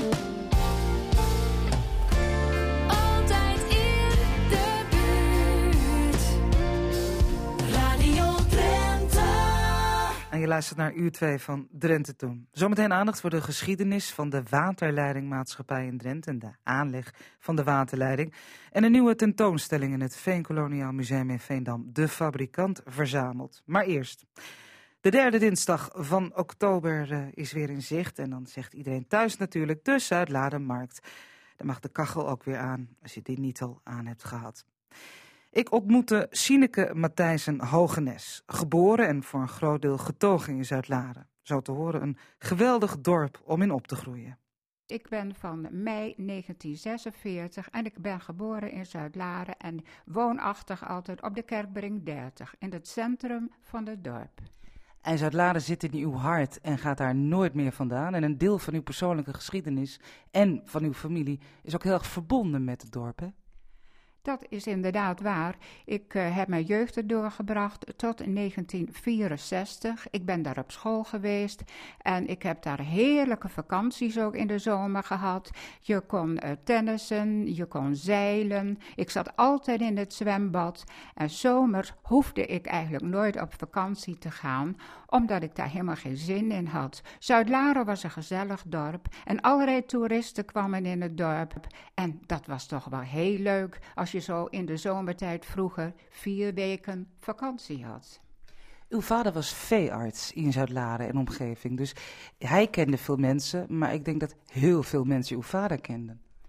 Altijd in de buurt. Radio Drenthe. En je luistert naar uur twee van Drenthe Toen. Zometeen aandacht voor de geschiedenis van de waterleidingmaatschappij in Drenthe en de aanleg van de waterleiding. En een nieuwe tentoonstelling in het Veenkoloniaal Museum in Veendam, De Fabrikant verzamelt. Maar eerst, de derde dinsdag van oktober uh, is weer in zicht. En dan zegt iedereen thuis natuurlijk de Zuidlaardermarkt. Dan mag de kachel ook weer aan, als je die niet al aan hebt gehad. Ik ontmoette Sineke Matthijssen Hogenes, geboren en voor een groot deel getogen in Zuidlaren. Zo te horen een geweldig dorp om in op te groeien. Ik ben van mei negentien zesenveertig en ik ben geboren in Zuidlaren en woonachtig altijd op de Kerkbrink dertig, in het centrum van het dorp. En Zuidlaren zit in uw hart en gaat daar nooit meer vandaan. En een deel van uw persoonlijke geschiedenis en van uw familie is ook heel erg verbonden met het dorp, hè? Dat is inderdaad waar. Ik uh, heb mijn jeugd er doorgebracht tot negentien vierenzestig. Ik ben daar op school geweest en ik heb daar heerlijke vakanties ook in de zomer gehad. Je kon uh, tennissen, je kon zeilen. Ik zat altijd in het zwembad. En zomers hoefde ik eigenlijk nooit op vakantie te gaan, omdat ik daar helemaal geen zin in had. Zuidlaren was een gezellig dorp en allerlei toeristen kwamen in het dorp. En dat was toch wel heel leuk als je zo in de zomertijd vroeger vier weken vakantie had. Uw vader was veearts in Zuidlaren en omgeving, dus hij kende veel mensen, maar ik denk dat heel veel mensen uw vader kenden.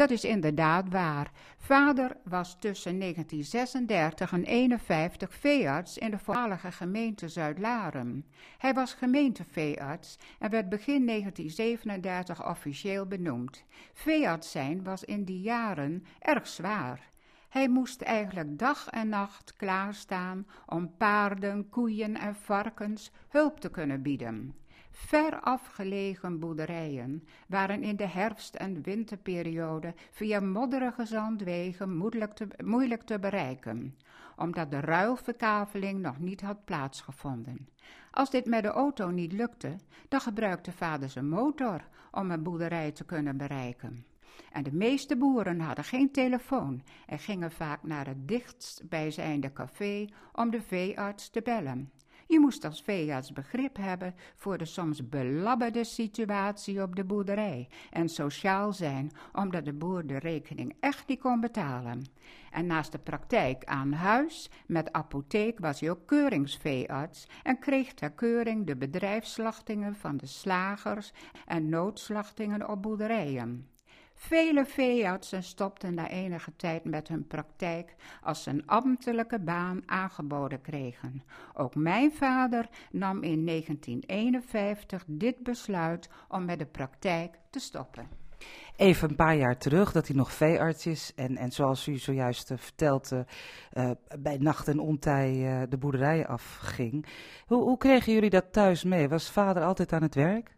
Dat is inderdaad waar. Vader was tussen negentien zesendertig en eenenvijftig veearts in de voormalige gemeente Zuidlaren. Hij was gemeenteveearts en werd begin negentien zevenendertig officieel benoemd. Veearts zijn was in die jaren erg zwaar. Hij moest eigenlijk dag en nacht klaarstaan om paarden, koeien en varkens hulp te kunnen bieden. Ver afgelegen boerderijen waren in de herfst- en winterperiode via modderige zandwegen moeilijk te, moeilijk te bereiken, omdat de ruilverkaveling nog niet had plaatsgevonden. Als dit met de auto niet lukte, dan gebruikte vader zijn motor om een boerderij te kunnen bereiken. En de meeste boeren hadden geen telefoon en gingen vaak naar het dichtstbijzijnde café om de veearts te bellen. Je moest als veearts begrip hebben voor de soms belabberde situatie op de boerderij en sociaal zijn, omdat de boer de rekening echt niet kon betalen. En naast de praktijk aan huis met apotheek was hij ook keuringsveearts en kreeg ter keuring de bedrijfsslachtingen van de slagers en noodslachtingen op boerderijen. Vele veeartsen stopten na enige tijd met hun praktijk als ze een ambtelijke baan aangeboden kregen. Ook mijn vader nam in negentien eenenvijftig dit besluit om met de praktijk te stoppen. Even een paar jaar terug dat hij nog veearts is en, en zoals u zojuist uh, vertelde, uh, bij nacht en ontij uh, de boerderijen afging. Hoe, hoe kregen jullie dat thuis mee? Was vader altijd aan het werk?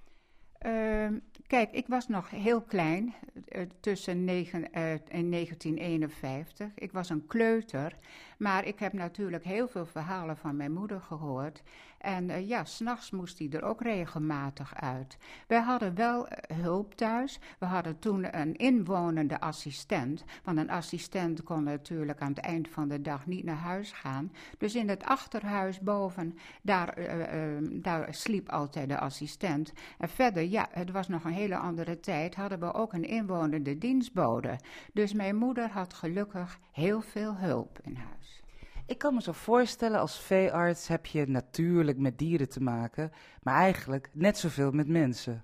Uh, kijk, ik was nog heel klein, uh, tussen negen, uh, in negentien eenenvijftig. Ik was een kleuter, maar ik heb natuurlijk heel veel verhalen van mijn moeder gehoord. En uh, ja, 's nachts moest hij er ook regelmatig uit. Wij hadden wel uh, hulp thuis. We hadden toen een inwonende assistent. Want een assistent kon natuurlijk aan het eind van de dag niet naar huis gaan. Dus in het achterhuis boven, daar, uh, uh, daar sliep altijd de assistent. En verder, ja, het was nog een hele andere tijd, hadden we ook een inwonende dienstbode. Dus mijn moeder had gelukkig heel veel hulp in huis. Ik kan me zo voorstellen, als veearts heb je natuurlijk met dieren te maken, maar eigenlijk net zoveel met mensen.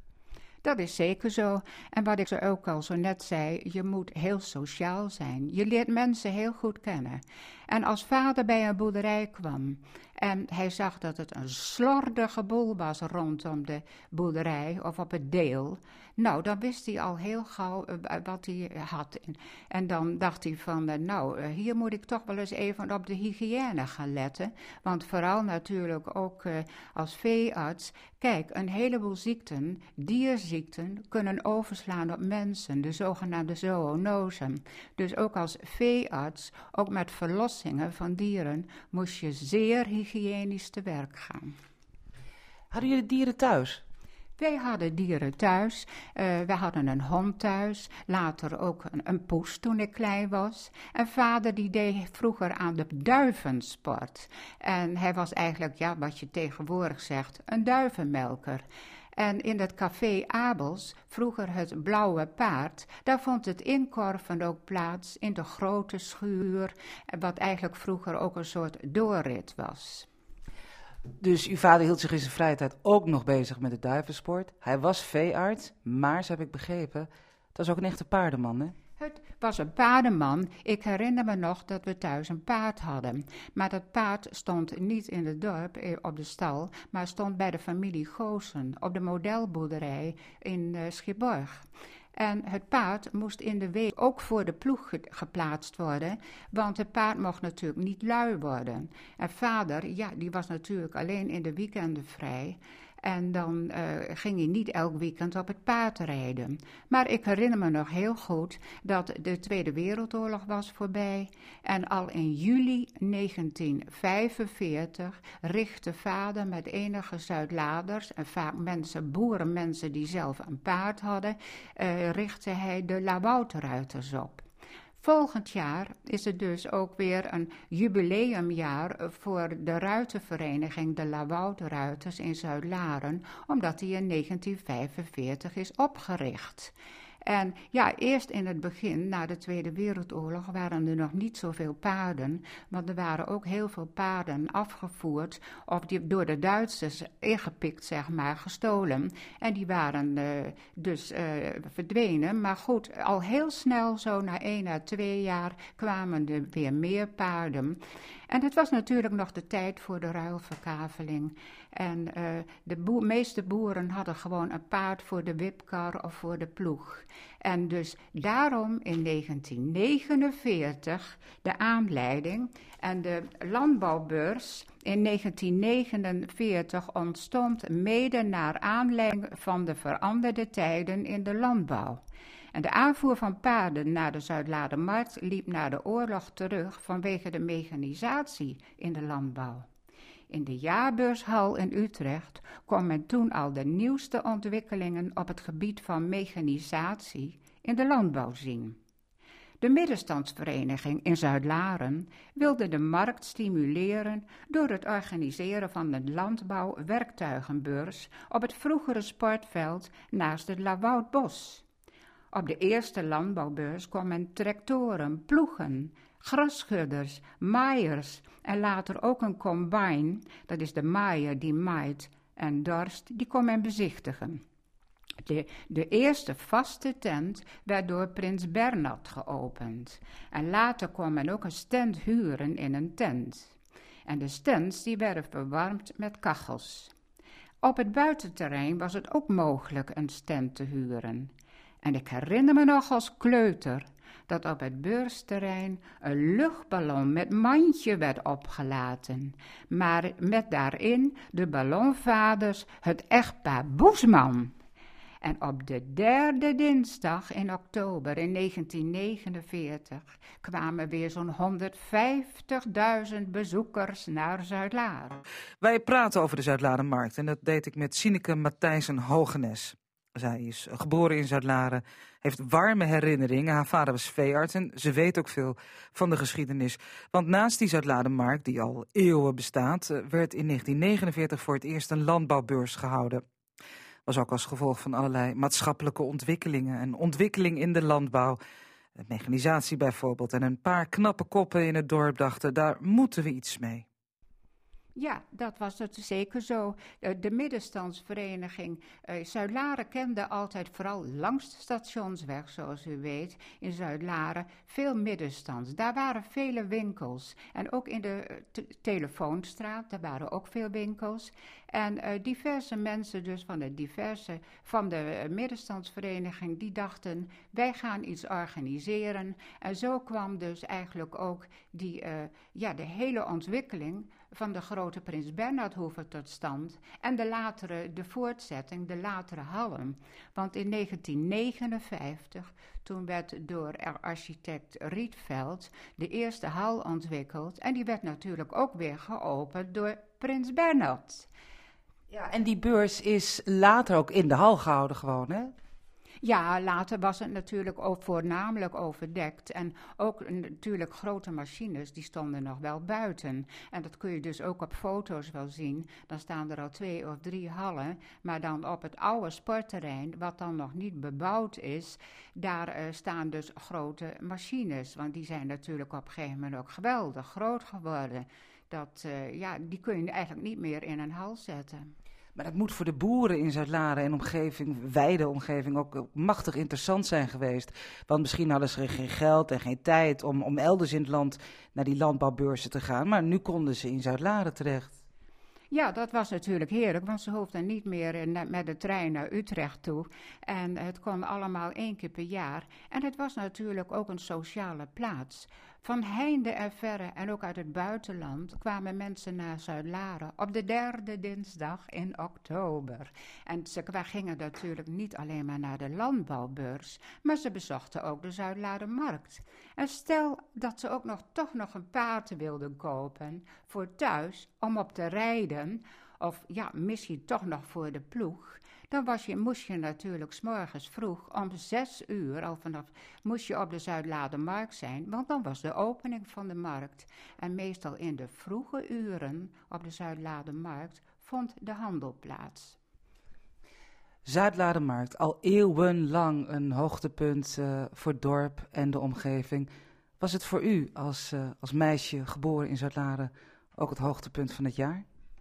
Dat is zeker zo. En wat ik zo ook al zo net zei, je moet heel sociaal zijn. Je leert mensen heel goed kennen. En als vader bij een boerderij kwam en hij zag dat het een slordige boel was rondom de boerderij of op het deel, nou, dan wist hij al heel gauw uh, wat hij had. En dan dacht hij van, uh, nou, uh, hier moet ik toch wel eens even op de hygiëne gaan letten. Want vooral natuurlijk ook uh, als veearts, kijk, een heleboel ziekten, dierziekten, kunnen overslaan op mensen, de zogenaamde zoonosen. Dus ook als veearts, ook met verlossingen van dieren, moest je zeer hygiënisch te werk gaan. Hadden jullie dieren thuis? Wij hadden dieren thuis. Uh, wij hadden een hond thuis. Later ook een, een poes toen ik klein was. En vader die deed vroeger aan de duivensport. En hij was eigenlijk, ja, wat je tegenwoordig zegt, een duivenmelker. En in het café Abels, vroeger het Blauwe Paard, daar vond het inkorven ook plaats in de grote schuur, wat eigenlijk vroeger ook een soort doorrit was. Dus uw vader hield zich in zijn vrije tijd ook nog bezig met de duivensport. Hij was veearts, maar, zo heb ik begrepen, dat was ook een echte paardenman, hè? Het was een paardenman. Ik herinner me nog dat we thuis een paard hadden. Maar dat paard stond niet in het dorp, op de stal, maar stond bij de familie Goosen op de modelboerderij in uh, Schipborg. En het paard moest in de week ook voor de ploeg ge- geplaatst worden, want het paard mocht natuurlijk niet lui worden. En vader, ja, die was natuurlijk alleen in de weekenden vrij. En dan uh, ging hij niet elk weekend op het paard rijden. Maar ik herinner me nog heel goed dat de Tweede Wereldoorlog was voorbij. En al in juli negentien vijfenveertig richtte vader met enige Zuidladers, en vaak mensen, boerenmensen die zelf een paard hadden, uh, richtte hij de Labouterruiters op. Volgend jaar is het dus ook weer een jubileumjaar voor de ruitervereniging de Labouterruiters in Zuidlaren, omdat die in negentien vijfenveertig is opgericht. En ja, eerst in het begin, na de Tweede Wereldoorlog, waren er nog niet zoveel paarden. Want er waren ook heel veel paarden afgevoerd of die door de Duitsers ingepikt, zeg maar, gestolen. En die waren uh, dus uh, verdwenen. Maar goed, al heel snel, zo na één à twee jaar, kwamen er weer meer paarden. En het was natuurlijk nog de tijd voor de ruilverkaveling. En uh, de boer, meeste boeren hadden gewoon een paard voor de wipkar of voor de ploeg. En dus daarom in negentien negenenveertig de aanleiding en de landbouwbeurs in negentien negenenveertig ontstond mede naar aanleiding van de veranderde tijden in de landbouw. En de aanvoer van paarden naar de Zuidlaardermarkt liep na de oorlog terug vanwege de mechanisatie in de landbouw. In de jaarbeurshal in Utrecht kon men toen al de nieuwste ontwikkelingen op het gebied van mechanisatie in de landbouw zien. De middenstandsvereniging in Zuidlaren wilde de markt stimuleren door het organiseren van een landbouw-werktuigenbeurs op het vroegere sportveld naast het Lawoudbos. Op de eerste landbouwbeurs kon men tractoren, ploegen, grasschudders, maaiers en later ook een combine, dat is de maaier die maait, en dorst, die kon men bezichtigen. De, de eerste vaste tent werd door prins Bernhard geopend. En later kon men ook een stand huren in een tent. En de stands die werden verwarmd met kachels. Op het buitenterrein was het ook mogelijk een stand te huren. En ik herinner me nog als kleuter dat op het beursterrein een luchtballon met mandje werd opgelaten, maar met daarin de ballonvaders, het echtpaar Boesman. En op de derde dinsdag in oktober in negentien negenenveertig kwamen weer zo'n honderdvijftigduizend bezoekers naar Zuidlaren. Wij praten over de Zuidlarenmarkt en dat deed ik met Sineke Matthijssen-Hogenes. Zij is geboren in Zuidlaren, heeft warme herinneringen. Haar vader was veearts en ze weet ook veel van de geschiedenis. Want naast die Zuidlarenmarkt, die al eeuwen bestaat, werd in negentien negenenveertig voor het eerst een landbouwbeurs gehouden. Was ook als gevolg van allerlei maatschappelijke ontwikkelingen. Een ontwikkeling in de landbouw, mechanisatie bijvoorbeeld. En een paar knappe koppen in het dorp dachten, daar moeten we iets mee. Ja, dat was het zeker zo. De middenstandsvereniging uh, Zuidlaren kende altijd, vooral langs de Stationsweg, zoals u weet, in Zuidlaren, veel middenstands. Daar waren vele winkels. En ook in de te- Telefoonstraat, daar waren ook veel winkels. En uh, diverse mensen dus van de diverse, van de uh, middenstandsvereniging, die dachten, wij gaan iets organiseren. En zo kwam dus eigenlijk ook die, uh, ja, de hele ontwikkeling van de grote Prins Bernhardhoeve tot stand en de latere, de voortzetting, de latere hallen. Want in negentien negenenvijftig, toen werd door architect Rietveld de eerste hal ontwikkeld en die werd natuurlijk ook weer geopend door Prins Bernhard. Ja, en die beurs is later ook in de hal gehouden gewoon, hè? Ja, later was het natuurlijk ook voornamelijk overdekt. En ook natuurlijk grote machines, die stonden nog wel buiten. En dat kun je dus ook op foto's wel zien. Dan staan er al twee of drie hallen. Maar dan op het oude sportterrein, wat dan nog niet bebouwd is, daar uh, staan dus grote machines. Want die zijn natuurlijk op een gegeven moment ook geweldig groot geworden. Dat, uh, ja, die kun je eigenlijk niet meer in een hal zetten. Maar dat moet voor de boeren in Zuidlaren en omgeving, wijde omgeving, ook machtig interessant zijn geweest. Want misschien hadden ze geen geld en geen tijd om, om elders in het land naar die landbouwbeurzen te gaan. Maar nu konden ze in Zuidlaren terecht. Ja, dat was natuurlijk heerlijk, want ze hoefden niet meer met de trein naar Utrecht toe. En het kon allemaal één keer per jaar. En het was natuurlijk ook een sociale plaats. Van heinde en verre en ook uit het buitenland kwamen mensen naar Zuidlaren op de derde dinsdag in oktober. En ze gingen natuurlijk niet alleen maar naar de landbouwbeurs, maar ze bezochten ook de Zuidlarenmarkt. En stel dat ze ook nog toch nog een paard wilden kopen voor thuis om op te rijden, of ja, misschien toch nog voor de ploeg, dan was je, moest je natuurlijk 's morgens vroeg om zes uur al vanaf moest je op de Zuidlarenmarkt zijn, want dan was de opening van de markt. En meestal in de vroege uren op de Zuidlarenmarkt vond de handel plaats. Zuidlaardermarkt, al eeuwenlang een hoogtepunt uh, voor het dorp en de omgeving. Was het voor u als, uh, als meisje geboren in Zuidlaren ook het hoogtepunt van het jaar?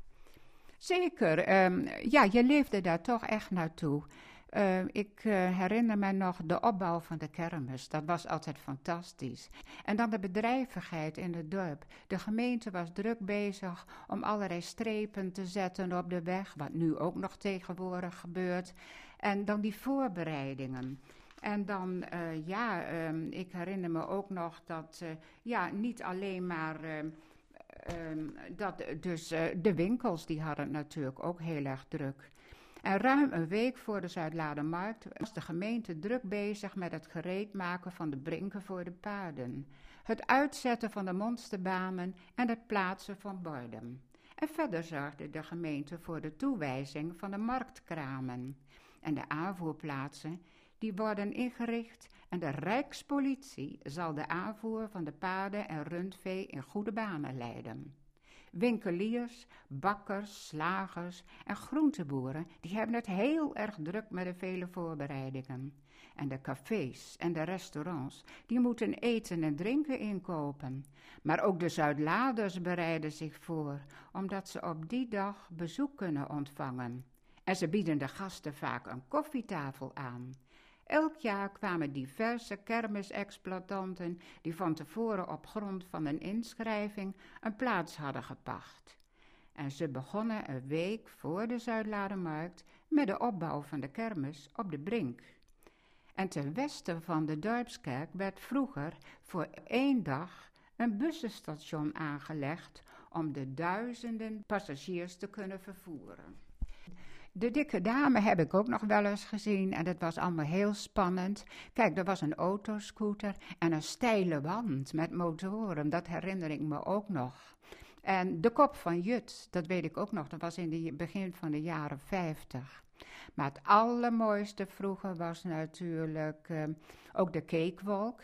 Zeker. Um, ja, je leefde daar toch echt naartoe. Uh, ik uh, herinner me nog de opbouw van de kermis. Dat was altijd fantastisch. En dan de bedrijvigheid in het dorp. De gemeente was druk bezig om allerlei strepen te zetten op de weg, wat nu ook nog tegenwoordig gebeurt. En dan die voorbereidingen. En dan, uh, ja, um, ik herinner me ook nog dat, uh, ja, niet alleen maar... Uh, Um, dat, dus uh, de winkels die hadden het natuurlijk ook heel erg druk. En ruim een week voor de Zuidlaardermarkt was de gemeente druk bezig met het gereedmaken van de brinken voor de paarden. Het uitzetten van de monsterbanen en het plaatsen van borden. En verder zorgde de gemeente voor de toewijzing van de marktkramen. En de aanvoerplaatsen die worden ingericht en de Rijkspolitie zal de aanvoer van de paarden en rundvee in goede banen leiden. Winkeliers, bakkers, slagers en groenteboeren die hebben het heel erg druk met de vele voorbereidingen. En de cafés en de restaurants die moeten eten en drinken inkopen. Maar ook de Zuidladers bereiden zich voor, omdat ze op die dag bezoek kunnen ontvangen. En ze bieden de gasten vaak een koffietafel aan. Elk jaar kwamen diverse kermisexploitanten die van tevoren op grond van een inschrijving een plaats hadden gepacht. En ze begonnen een week voor de Zuidlaardermarkt met de opbouw van de kermis op de Brink. En ten westen van de dorpskerk werd vroeger voor één dag een bussenstation aangelegd om de duizenden passagiers te kunnen vervoeren. De dikke dame heb ik ook nog wel eens gezien en dat was allemaal heel spannend. Kijk, er was een autoscooter en een steile wand met motoren, dat herinner ik me ook nog. En de kop van Jut, dat weet ik ook nog, dat was in het begin van de jaren vijftig. Maar het allermooiste vroeger was natuurlijk uh, ook de cakewalk.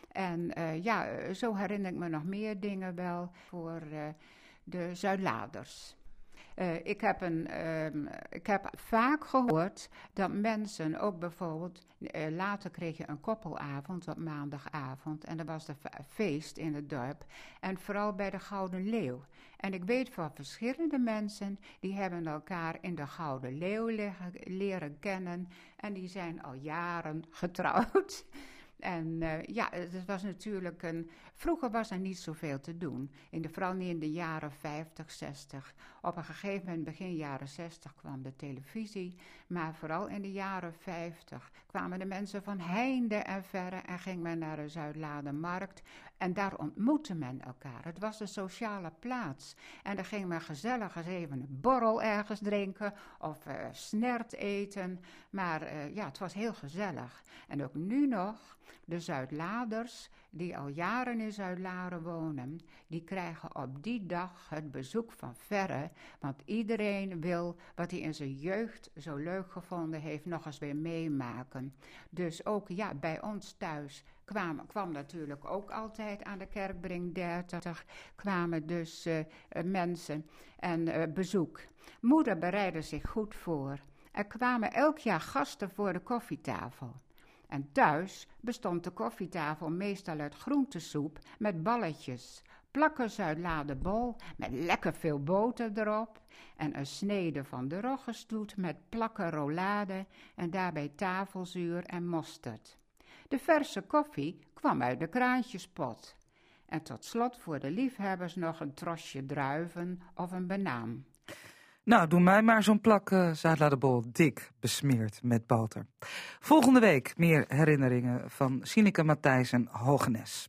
En uh, ja, zo herinner ik me nog meer dingen wel voor uh, de Zuidladers. Uh, ik, heb een, uh, ik heb vaak gehoord dat mensen ook bijvoorbeeld, uh, later kreeg je een koppelavond op maandagavond en er was een feest in het dorp en vooral bij de Gouden Leeuw. En ik weet van verschillende mensen die hebben elkaar in de Gouden Leeuw liggen, leren kennen en die zijn al jaren getrouwd. En uh, ja, het was natuurlijk een... Vroeger was er niet zoveel te doen. In de, vooral niet in de jaren vijftig, zestig. Op een gegeven moment, begin jaren zestig, kwam de televisie. Maar vooral in de jaren vijftig kwamen de mensen van heinde en verre en ging men naar de Zuidlaardermarkt. En daar ontmoette men elkaar. Het was een sociale plaats. En dan ging men gezellig eens even een borrel ergens drinken of uh, snert eten. Maar uh, ja, het was heel gezellig. En ook nu nog... De Zuidladers, die al jaren in Zuidlaren wonen, die krijgen op die dag het bezoek van verre, want iedereen wil wat hij in zijn jeugd zo leuk gevonden heeft nog eens weer meemaken. Dus ook ja, bij ons thuis kwam, kwam natuurlijk ook altijd aan de Kerkbrink dertig, kwamen dus uh, mensen en uh, bezoek. Moeder bereidde zich goed voor. Er kwamen elk jaar gasten voor de koffietafel. En thuis bestond de koffietafel meestal uit groentesoep met balletjes, plakken Zuidlaarderbol met lekker veel boter erop en een snede van de roggestoet met plakken rollade en daarbij tafelzuur en mosterd. De verse koffie kwam uit de kraantjespot. En tot slot voor de liefhebbers nog een trosje druiven of een banaan. Nou, doe mij maar zo'n plak uh, Zuidlaarderbol dik besmeerd met boter. Volgende week meer herinneringen van Sineke Matthijs en Hogenes.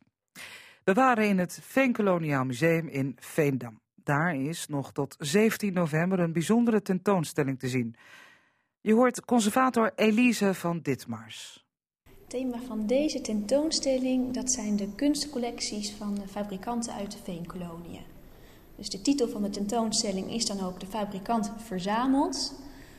We waren in het Veenkoloniaal Museum in Veendam. Daar is nog tot zeventien november een bijzondere tentoonstelling te zien. Je hoort conservator Elise van Ditmars. Het thema van deze tentoonstelling, dat zijn de kunstcollecties van de fabrikanten uit de Veenkoloniën. Dus de titel van de tentoonstelling is dan ook De fabrikant verzamelt.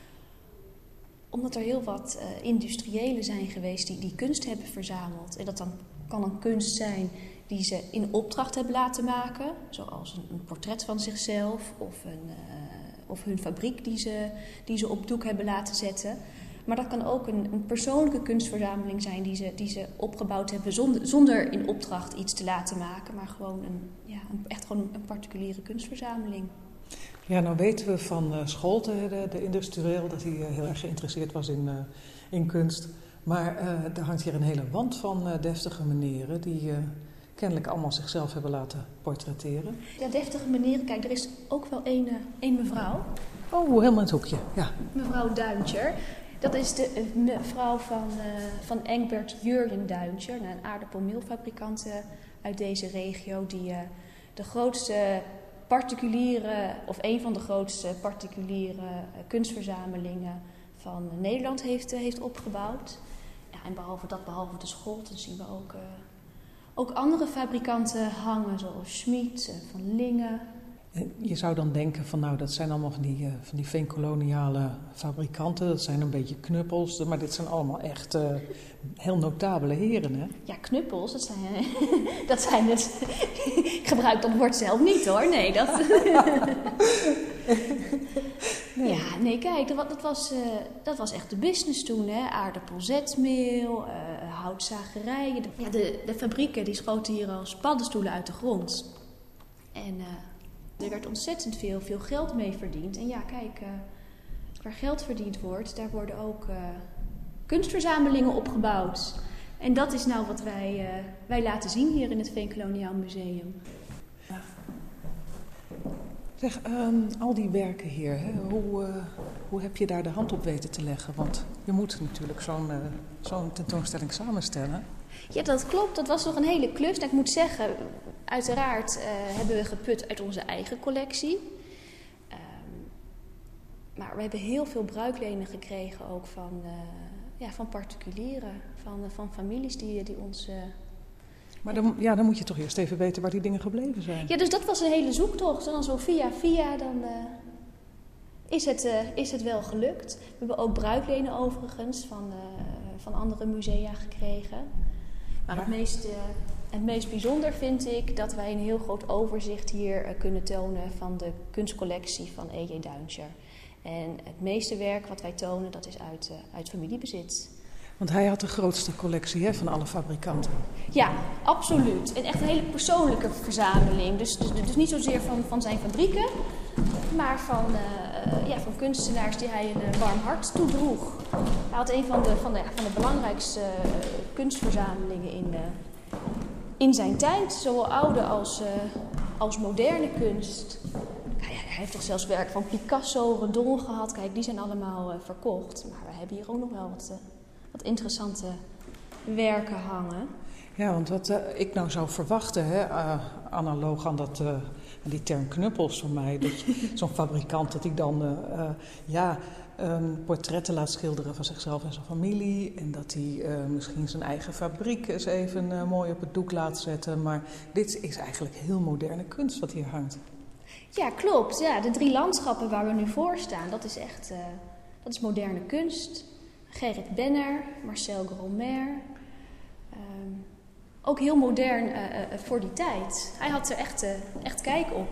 Omdat er heel wat uh, industriëlen zijn geweest die die kunst hebben verzameld. En dat dan kan een kunst zijn die ze in opdracht hebben laten maken. Zoals een, een portret van zichzelf of, een, uh, of hun fabriek die ze, die ze op doek hebben laten zetten. Maar dat kan ook een, een persoonlijke kunstverzameling zijn die ze, die ze opgebouwd hebben zonder, zonder in opdracht iets te laten maken. Maar gewoon een, ja, een, echt gewoon een particuliere kunstverzameling. Ja, nou weten we van uh, Scholte, de, de industrieel, dat hij uh, heel erg geïnteresseerd was in, uh, in kunst. Maar uh, er hangt hier een hele wand van uh, deftige meneren die uh, kennelijk allemaal zichzelf hebben laten portretteren. Ja, deftige meneren, kijk, er is ook wel één, uh, één mevrouw. Oh, helemaal in het hoekje, ja. Mevrouw Duintjer. Dat is de uh, mevrouw van, uh, van Engbert Jurjen Duintjer, een aardappelmeelfabrikant uh, uit deze regio, die uh, de grootste particuliere, of een van de grootste particuliere uh, kunstverzamelingen van Nederland heeft, uh, heeft opgebouwd. Ja, en behalve dat, behalve de Scholten, zien we ook, uh, ook andere fabrikanten hangen, zoals Schmid, uh, Van Lingen. Je zou dan denken van nou, dat zijn allemaal van die, uh, van die veenkoloniale fabrikanten. Dat zijn een beetje knuppels, maar dit zijn allemaal echt uh, heel notabele heren, hè? Ja, knuppels, dat zijn, dat zijn het. Ik gebruik dat woord zelf niet, hoor. Nee, dat... nee. Ja, nee, kijk, dat, dat, was, uh, dat was echt de business toen, hè. Aardappelzetmeel, uh, houtzagerijen. Ja, de, de fabrieken die schoten hier als paddenstoelen uit de grond. En... Uh, Er werd ontzettend veel, veel geld mee verdiend. En ja, kijk, uh, waar geld verdiend wordt, daar worden ook uh, kunstverzamelingen opgebouwd. En dat is nou wat wij, uh, wij laten zien hier in het Veenkoloniaal Museum. Ja. Zeg, um, al die werken hier, hè, hoe, uh, hoe heb je daar de hand op weten te leggen? Want je moet natuurlijk zo'n uh, zo'n tentoonstelling samenstellen. Ja, dat klopt. Dat was nog een hele klus. Nou, ik moet zeggen, uiteraard uh, hebben we geput uit onze eigen collectie. Um, maar we hebben heel veel bruiklenen gekregen ook van, uh, ja, van particulieren, van, uh, van families die, die ons... Uh, maar dan, ja, dan moet je toch eerst even weten waar die dingen gebleven zijn. Ja, dus dat was een hele zoektocht. En dan zo via via, dan uh, is, het, uh, is het wel gelukt. We hebben ook bruiklenen overigens van, uh, van andere musea gekregen. Maar het meest, uh, het meest bijzonder vind ik dat wij een heel groot overzicht hier uh, kunnen tonen van de kunstcollectie van E J Duintjer. En het meeste werk wat wij tonen, dat is uit, uh, uit familiebezit. Want hij had de grootste collectie, hè, van alle fabrikanten. Ja, absoluut. En echt een hele persoonlijke verzameling. Dus, dus, dus niet zozeer van, van zijn fabrieken, maar van, uh, ja, van kunstenaars die hij een warm hart toedroeg. Hij had een van de, van de, van de belangrijkste uh, kunstverzamelingen in, uh, in zijn tijd. Zowel oude als, uh, als moderne kunst. Ja, hij heeft toch zelfs werk van Picasso, Redon gehad. Kijk, die zijn allemaal uh, verkocht. Maar we hebben hier ook nog wel wat, uh, wat interessante werken hangen. Ja, want wat uh, ik nou zou verwachten, hè, uh, analoog aan, dat, uh, aan die term knuppels voor mij, dat je, zo'n fabrikant dat hij dan uh, uh, ja, um, portretten laat schilderen van zichzelf en zijn familie en dat hij uh, misschien zijn eigen fabriek eens even uh, mooi op het doek laat zetten. Maar dit is eigenlijk heel moderne kunst wat hier hangt. Ja, klopt. Ja, de drie landschappen waar we nu voor staan, dat is echt uh, dat is moderne kunst. Gerrit Benner, Marcel Gromer. Um, ook heel modern uh, uh, voor die tijd. Hij had er echt, uh, echt kijk op.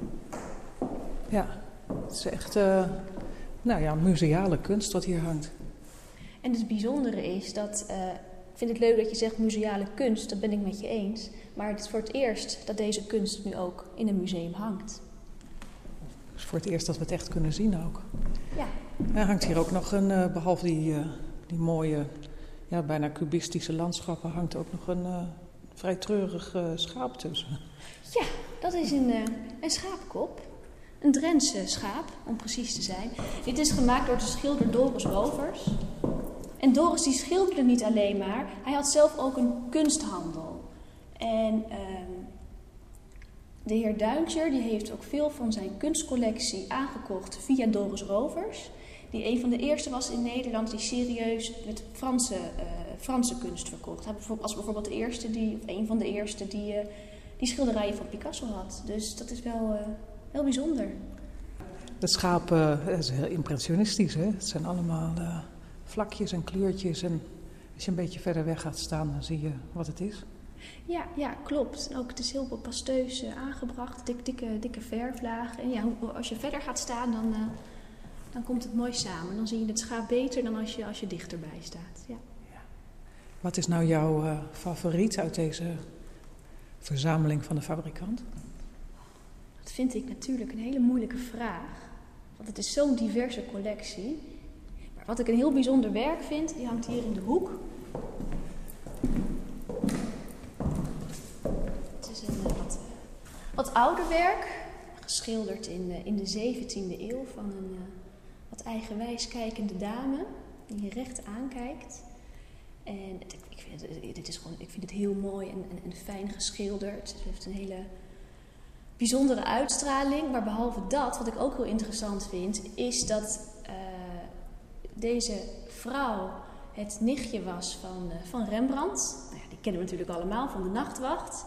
Ja, het is echt uh, nou ja, museale kunst wat hier hangt. En het bijzondere is dat... Uh, ik vind het leuk dat je zegt museale kunst, dat ben ik met je eens. Maar het is voor het eerst dat deze kunst nu ook in een museum hangt. Het is voor het eerst dat we het echt kunnen zien ook. Ja. Er hangt hier ook nog een, uh, behalve die, uh, die mooie, ja, bijna cubistische landschappen, hangt ook nog een uh, vrij treurig uh, schaap tussen. Ja, dat is een, uh, een schaapkop. Een Drentse schaap, om precies te zijn. Dit is gemaakt door de schilder Doris Rovers. En Doris die schilderde niet alleen maar, hij had zelf ook een kunsthandel. En uh, de heer Duintjer die heeft ook veel van zijn kunstcollectie aangekocht via Doris Rovers. Die een van de eerste was in Nederland die serieus met Franse, uh, Franse kunst verkocht. Hij was bijvoorbeeld de eerste die, of een van de eerste die, uh, die schilderijen van Picasso had. Dus dat is wel, uh, wel bijzonder. Het schaap uh, is heel impressionistisch, hè? Het zijn allemaal uh, vlakjes en kleurtjes. En als je een beetje verder weg gaat staan, dan zie je wat het is. Ja, ja, klopt. Ook het is heel pasteus uh, aangebracht, dik, dikke, dikke verflagen. En ja, als je verder gaat staan, dan, uh, dan komt het mooi samen. Dan zie je het schaap beter dan als je, als je dichterbij staat. Ja. Wat is nou jouw uh, favoriet uit deze verzameling van de fabrikant? Dat vind ik natuurlijk een hele moeilijke vraag. Want het is zo'n diverse collectie. Maar wat ik een heel bijzonder werk vind, die hangt hier in de hoek. Het is een uh, wat, wat ouder werk. Geschilderd in, uh, in de zeventiende eeuw van een uh, wat eigenwijs kijkende dame. Die je recht aankijkt. En het, ik, vind het, dit is gewoon, ik vind het heel mooi en, en, en fijn geschilderd. Het heeft een hele bijzondere uitstraling. Maar behalve dat, wat ik ook heel interessant vind, is dat uh, deze vrouw het nichtje was van, uh, van Rembrandt. Nou ja, die kennen we natuurlijk allemaal van de Nachtwacht.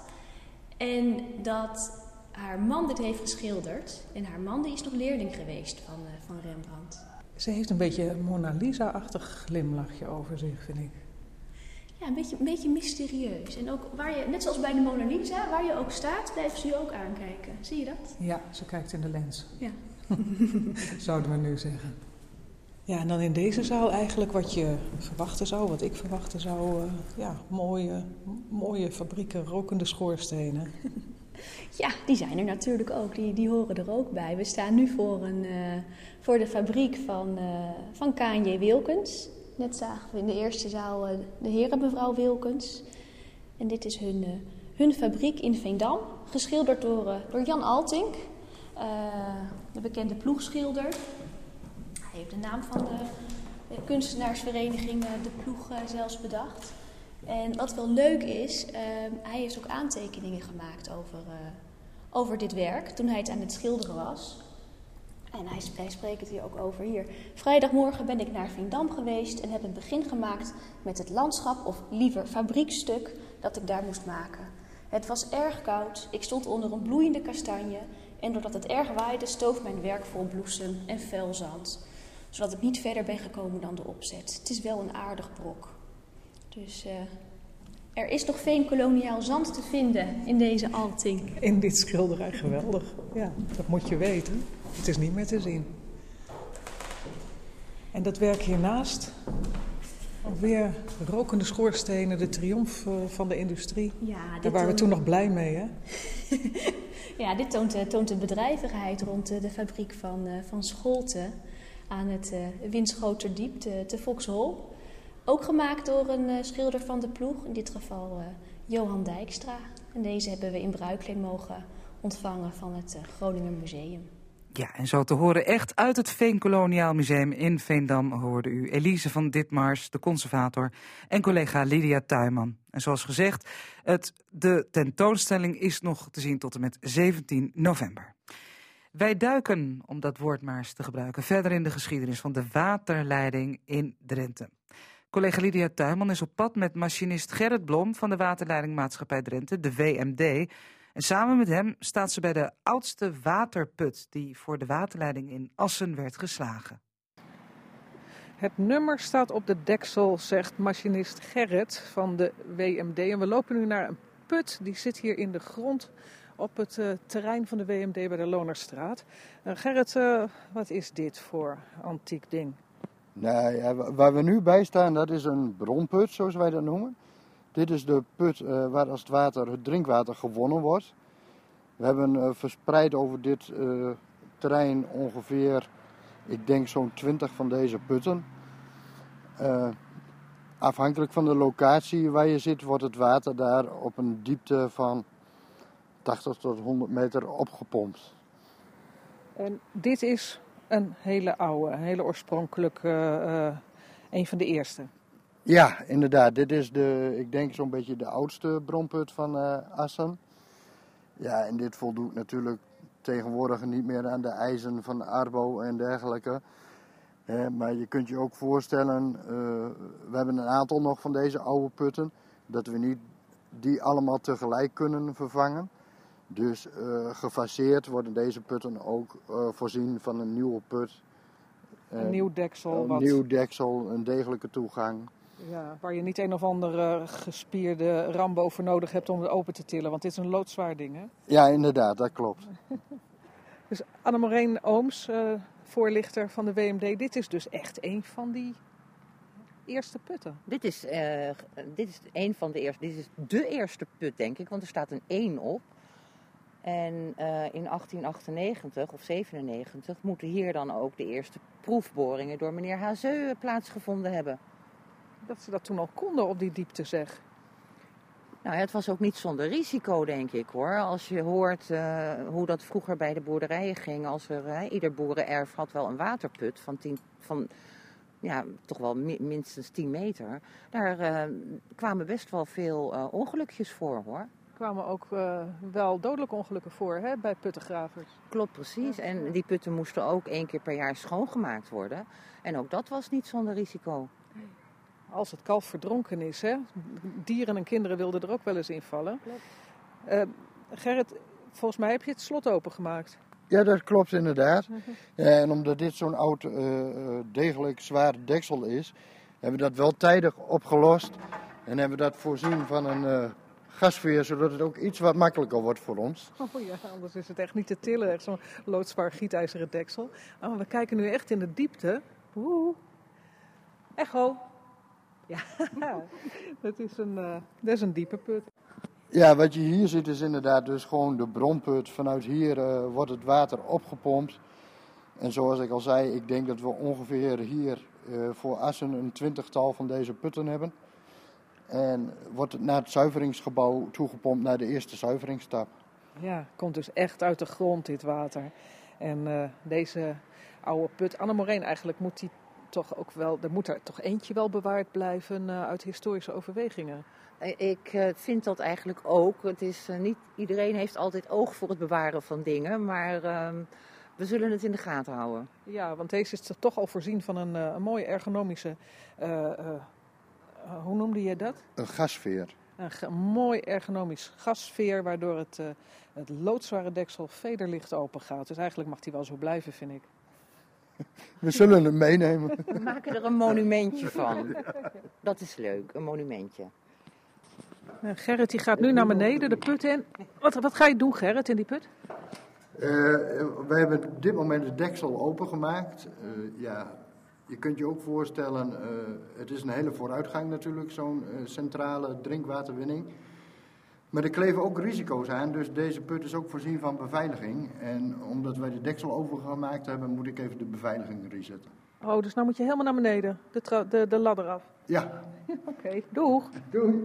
En dat haar man dit heeft geschilderd. En haar man die is nog leerling geweest van, uh, van Rembrandt. Ze heeft een beetje een Mona Lisa-achtig glimlachje over zich, vind ik. Ja, een beetje, een beetje mysterieus. En ook waar je, net zoals bij de Mona Lisa, waar je ook staat, blijft ze je ook aankijken. Zie je dat? Ja, ze kijkt in de lens. Ja. Zouden we nu zeggen. Ja, en dan in deze zaal eigenlijk wat je verwachten zou, wat ik verwachten zou. Uh, ja, mooie, mooie fabrieken, rokende schoorstenen. Ja, die zijn er natuurlijk ook. Die, die horen er ook bij. We staan nu voor, een, uh, voor de fabriek van, uh, van K en J Wilkens. Net zagen we in de eerste zaal uh, de heer en mevrouw Wilkens. En dit is hun, uh, hun fabriek in Veendam. Geschilderd door, uh, door Jan Altink, uh, de bekende ploegschilder. Hij heeft de naam van de, de kunstenaarsvereniging uh, De Ploeg uh, zelfs bedacht. En wat wel leuk is, uh, hij heeft ook aantekeningen gemaakt over, uh, over dit werk toen hij het aan het schilderen was. En hij, hij spreekt het hier ook over hier. Vrijdagmorgen ben ik naar Veendam geweest en heb een begin gemaakt met het landschap, of liever fabriekstuk, dat ik daar moest maken. Het was erg koud, ik stond onder een bloeiende kastanje en doordat het erg waaide stoof mijn werk vol bloesem en fel zand. Zodat ik niet verder ben gekomen dan de opzet. Het is wel een aardig brok. Dus uh, er is nog veenkoloniaal zand te vinden in deze Altink. In dit schilderij, geweldig. Ja, dat moet je weten. Het is niet meer te zien. En dat werk hiernaast, alweer rokende schoorstenen, de triomf uh, van de industrie. Ja, Daar waren we toen nog blij mee, hè? Ja, dit toont, uh, toont de bedrijvigheid rond uh, de fabriek van, uh, van Scholten aan het uh, Winschoterdiep te, te Foxhol. Ook gemaakt door een uh, schilder van de ploeg, in dit geval uh, Johan Dijkstra. En deze hebben we in bruikleen mogen ontvangen van het uh, Groninger Museum. Ja, en zo te horen echt uit het Veenkoloniaal Museum in Veendam hoorde u Elise van Ditmars, de conservator, en collega Lydia Tuinman. En zoals gezegd, het, de tentoonstelling is nog te zien tot en met zeventien november. Wij duiken, om dat woord maar eens te gebruiken, verder in de geschiedenis van de waterleiding in Drenthe. Collega Lydia Tuinman is op pad met machinist Gerrit Blom van de Waterleidingmaatschappij Drenthe, de W M D. En samen met hem staat ze bij de oudste waterput die voor de waterleiding in Assen werd geslagen. Het nummer staat op de deksel, zegt machinist Gerrit van de W M D. En we lopen nu naar een put, die zit hier in de grond op het uh, terrein van de W M D bij de Lonerstraat. Uh, Gerrit, uh, wat is dit voor antiek ding? Nou ja, waar we nu bij staan, dat is een bronput, zoals wij dat noemen. Dit is de put uh, waar als het water, het drinkwater gewonnen wordt. We hebben uh, verspreid over dit uh, terrein ongeveer, ik denk zo'n twintig van deze putten. Uh, afhankelijk van de locatie waar je zit, wordt het water daar op een diepte van tachtig tot honderd meter opgepompt. En dit is een hele oude, een hele oorspronkelijke, uh, een van de eerste. Ja, inderdaad. Dit is de, ik denk zo'n beetje de oudste bronput van uh, Assen. Ja, en dit voldoet natuurlijk tegenwoordig niet meer aan de eisen van Arbo en dergelijke. Eh, maar je kunt je ook voorstellen, uh, we hebben een aantal nog van deze oude putten, dat we niet die allemaal tegelijk kunnen vervangen. Dus uh, gefaseerd worden deze putten ook uh, voorzien van een nieuwe put. Een uh, nieuw deksel. Een wat... nieuw deksel, een degelijke toegang. Ja, waar je niet een of andere gespierde Rambo voor nodig hebt om het open te tillen. Want dit is een loodzwaar ding, hè? Ja, inderdaad, dat klopt. Dus Annemoreen Ooms, uh, voorlichter van de W M D. Dit is dus echt een van die eerste putten. Dit is, uh, dit is een van de eerste, dit is de eerste put, denk ik, want er staat een één op. En uh, in achttien achtennegentig of zevenennegentig moeten hier dan ook de eerste proefboringen door meneer Hazeu plaatsgevonden hebben. Dat ze dat toen al konden op die diepte, zeg. Nou ja, het was ook niet zonder risico, denk ik, hoor. Als je hoort uh, hoe dat vroeger bij de boerderijen ging. Als er, uh, ieder boerenerf had wel een waterput van, tien, van ja, toch wel mi- minstens tien meter. Daar uh, kwamen best wel veel uh, ongelukjes voor, hoor. Er kwamen ook uh, wel dodelijke ongelukken voor, hè, bij puttengravers. Klopt, precies. En die putten moesten ook één keer per jaar schoongemaakt worden. En ook dat was niet zonder risico. Als het kalf verdronken is, hè. Dieren en kinderen wilden er ook wel eens invallen. Uh, Gerrit, volgens mij heb je het slot opengemaakt. Ja, dat klopt inderdaad. Ja, en omdat dit zo'n oud, uh, degelijk zwaar deksel is, hebben we dat wel tijdig opgelost. En hebben we dat voorzien van een uh, gasveer, zodat het ook iets wat makkelijker wordt voor ons. Oh ja, anders is het echt niet te tillen. Echt zo'n loodzwaar gietijzeren deksel. Oh, we kijken nu echt in de diepte. Oeh. Echo. Ja, dat is een, uh, dat is een diepe put. Ja, wat je hier ziet is inderdaad dus gewoon de bronput. Vanuit hier uh, wordt het water opgepompt. En zoals ik al zei, ik denk dat we ongeveer hier uh, voor Assen een twintigtal van deze putten hebben. En wordt het naar het zuiveringsgebouw toegepompt naar de eerste zuiveringsstap. Ja, komt dus echt uit de grond dit water. En uh, deze oude put, Anne Moreen, eigenlijk moet die toch ook wel, er moet er toch eentje wel bewaard blijven uh, uit historische overwegingen. Ik uh, vind dat eigenlijk ook. Het is, uh, niet iedereen heeft altijd oog voor het bewaren van dingen, maar uh, we zullen het in de gaten houden. Ja, want deze is toch al voorzien van een, uh, een mooie ergonomische, uh, uh, uh, hoe noemde je dat? Een gasveer. Een ge- mooi ergonomisch gasveer, waardoor het, uh, het loodzware deksel vederlicht open gaat. Dus eigenlijk mag die wel zo blijven, vind ik. We zullen hem meenemen. We maken er een monumentje van. Dat is leuk, een monumentje. Uh, Gerrit die gaat nu naar beneden, de put in. Wat, wat ga je doen, Gerrit, in die put? Uh, we hebben op dit moment het deksel opengemaakt. Uh, ja, je kunt je ook voorstellen, uh, het is een hele vooruitgang natuurlijk, zo'n uh, centrale drinkwaterwinning. Maar er kleven ook risico's aan, dus deze put is ook voorzien van beveiliging. En omdat wij de deksel overgemaakt hebben, moet ik even de beveiliging resetten. Oh, dus nou moet je helemaal naar beneden, de, tra- de, de ladder af. Ja. Oké, okay. Doeg. Doei.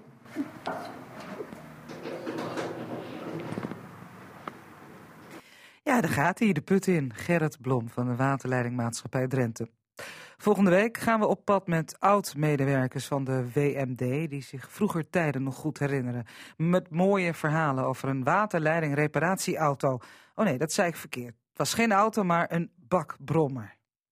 Ja, daar gaat hij, de put in. Gerrit Blom van de Waterleidingmaatschappij Drenthe. Volgende week gaan we op pad met oud-medewerkers van de W M D... die zich vroeger tijden nog goed herinneren. Met mooie verhalen over een waterleiding-reparatieauto. Oh nee, dat zei ik verkeerd. Het was geen auto, maar een bakbrommer.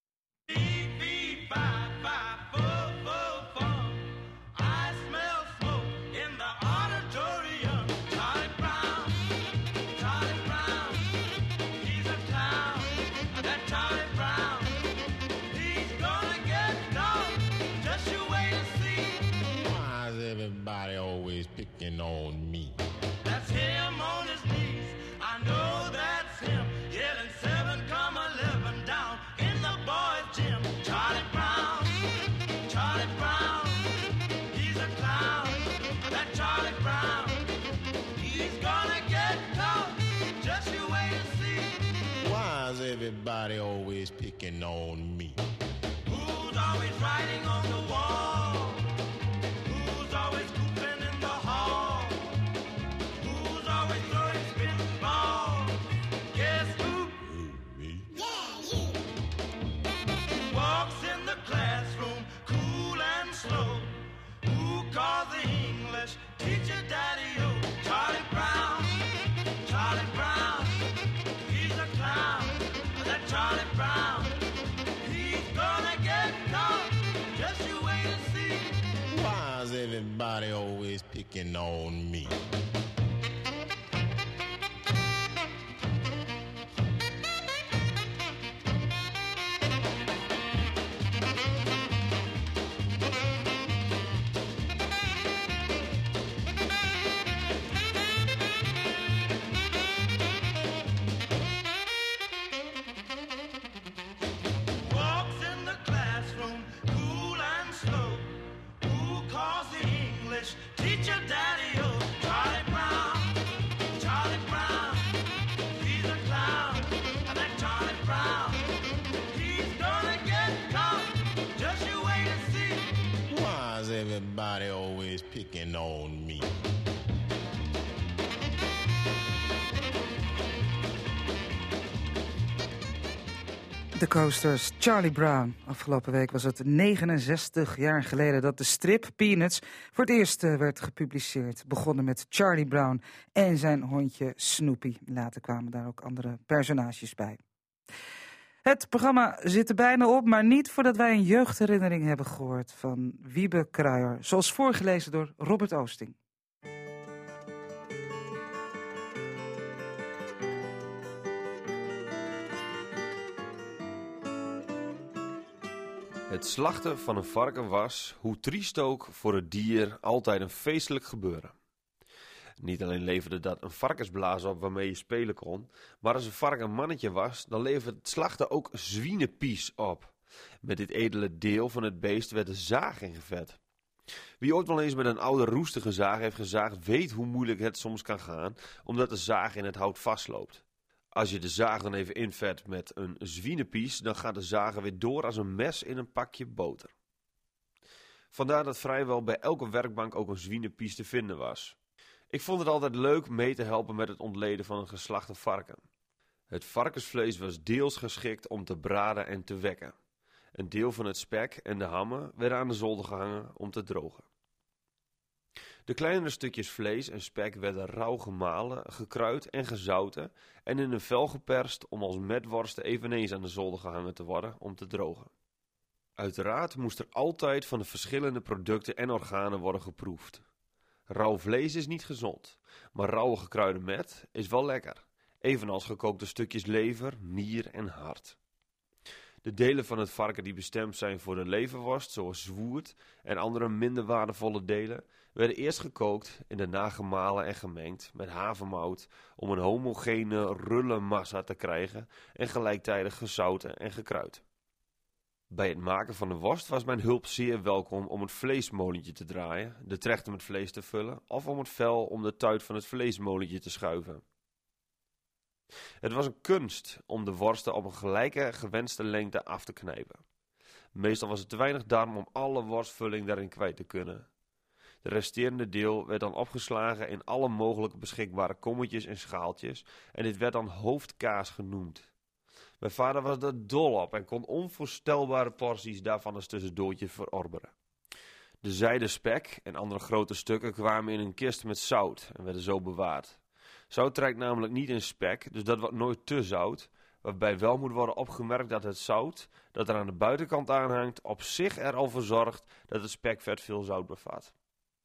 Everybody always picking on me. That's him on his knees. I know that's him. Yelling seven, come eleven down in the boys' gym. Charlie Brown, Charlie Brown, he's a clown. That Charlie Brown, he's gonna get caught. Just you wait and see. Why is everybody always picking on me? Who's always writing on the wall? Teacher Daddy O, Charlie Brown, Charlie Brown, he's a clown. That Charlie Brown, he's gonna get caught. Just you wait and see. Why is everybody always picking on me? Everybody always picking on me. De Coasters, Charlie Brown. Afgelopen week was het negenenzestig jaar geleden dat de strip Peanuts voor het eerst uh, werd gepubliceerd. Begonnen met Charlie Brown en zijn hondje Snoopy. Later kwamen daar ook andere personages bij. Het programma zit er bijna op, maar niet voordat wij een jeugdherinnering hebben gehoord van Wiebe Kruijer. Zoals voorgelezen door Robert Oosting. Het slachten van een varken was, hoe triest ook, voor het dier altijd een feestelijk gebeuren. Niet alleen leverde dat een varkensblaas op waarmee je spelen kon, maar als een varken een mannetje was, dan leverde het slachten ook zwienepies op. Met dit edele deel van het beest werd de zaag ingevet. Wie ooit wel eens met een oude roestige zaag heeft gezaagd, weet hoe moeilijk het soms kan gaan, omdat de zaag in het hout vastloopt. Als je de zaag dan even invet met een zwienepies, dan gaat de zaag weer door als een mes in een pakje boter. Vandaar dat vrijwel bij elke werkbank ook een zwienepies te vinden was. Ik vond het altijd leuk mee te helpen met het ontleden van een geslachte varken. Het varkensvlees was deels geschikt om te braden en te wekken. Een deel van het spek en de hammen werden aan de zolder gehangen om te drogen. De kleinere stukjes vlees en spek werden rauw gemalen, gekruid en gezouten en in een vel geperst om als metworsten eveneens aan de zolder gehangen te worden om te drogen. Uiteraard moest er altijd van de verschillende producten en organen worden geproefd. Rauw vlees is niet gezond, maar rauwe gekruide met is wel lekker, evenals gekookte stukjes lever, nier en hart. De delen van het varken die bestemd zijn voor de leverworst, zoals zwoerd en andere minder waardevolle delen, werden eerst gekookt en daarna gemalen en gemengd met havermout om een homogene rulle massa te krijgen en gelijktijdig gezouten en gekruid. Bij het maken van de worst was mijn hulp zeer welkom om het vleesmolentje te draaien, de trechter met vlees te vullen of om het vel om de tuit van het vleesmolentje te schuiven. Het was een kunst om de worsten op een gelijke gewenste lengte af te knijpen. Meestal was het te weinig darm om alle worstvulling daarin kwijt te kunnen. De resterende deel werd dan opgeslagen in alle mogelijke beschikbare kommetjes en schaaltjes en dit werd dan hoofdkaas genoemd. Mijn vader was er dol op en kon onvoorstelbare porties daarvan als tussendoortje verorberen. De zijde spek en andere grote stukken kwamen in een kist met zout en werden zo bewaard. Zout trekt namelijk niet in spek, dus dat wordt nooit te zout, waarbij wel moet worden opgemerkt dat het zout dat er aan de buitenkant aanhangt op zich er al voor zorgt dat het spekvet veel zout bevat.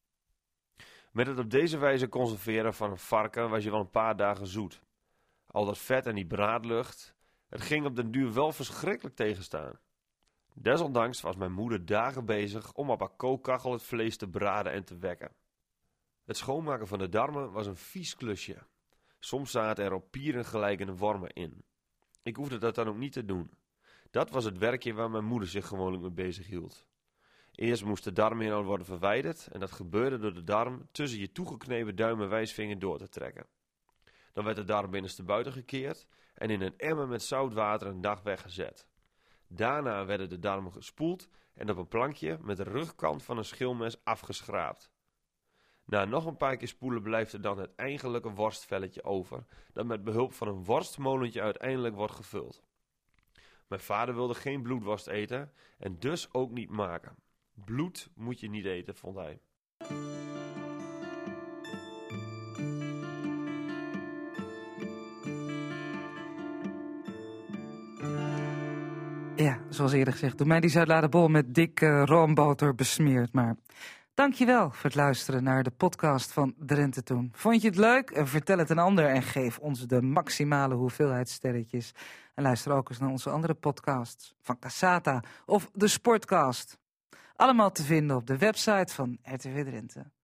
Met het op deze wijze conserveren van een varken was je wel een paar dagen zoet. Al dat vet en die braadlucht, het ging op den duur wel verschrikkelijk tegenstaan. Desondanks was mijn moeder dagen bezig om op haar kookkachel het vlees te braden en te wekken. Het schoonmaken van de darmen was een vies klusje. Soms zaten er op pieren gelijkende wormen in. Ik hoefde dat dan ook niet te doen. Dat was het werkje waar mijn moeder zich gewoonlijk mee bezig hield. Eerst moest de darminhoud worden verwijderd en dat gebeurde door de darm tussen je toegeknepen duim en wijsvinger door te trekken. Dan werd de darm binnenste buiten gekeerd en in een emmer met zout water een dag weggezet. Daarna werden de darmen gespoeld en op een plankje met de rugkant van een schilmes afgeschraapt. Na nog een paar keer spoelen blijft er dan het eigenlijke worstvelletje over, dat met behulp van een worstmolentje uiteindelijk wordt gevuld. Mijn vader wilde geen bloedworst eten en dus ook niet maken. Bloed moet je niet eten, vond hij. Ja, zoals eerder gezegd, doe mij die Zuidladerbol met dikke roomboter besmeerd. Maar dankjewel voor het luisteren naar de podcast van Drenthe Toen. Vond je het leuk? Vertel het een ander en geef ons de maximale hoeveelheid sterretjes. En luister ook eens naar onze andere podcasts van Cassata of de Sportcast. Allemaal te vinden op de website van R T V Drenthe.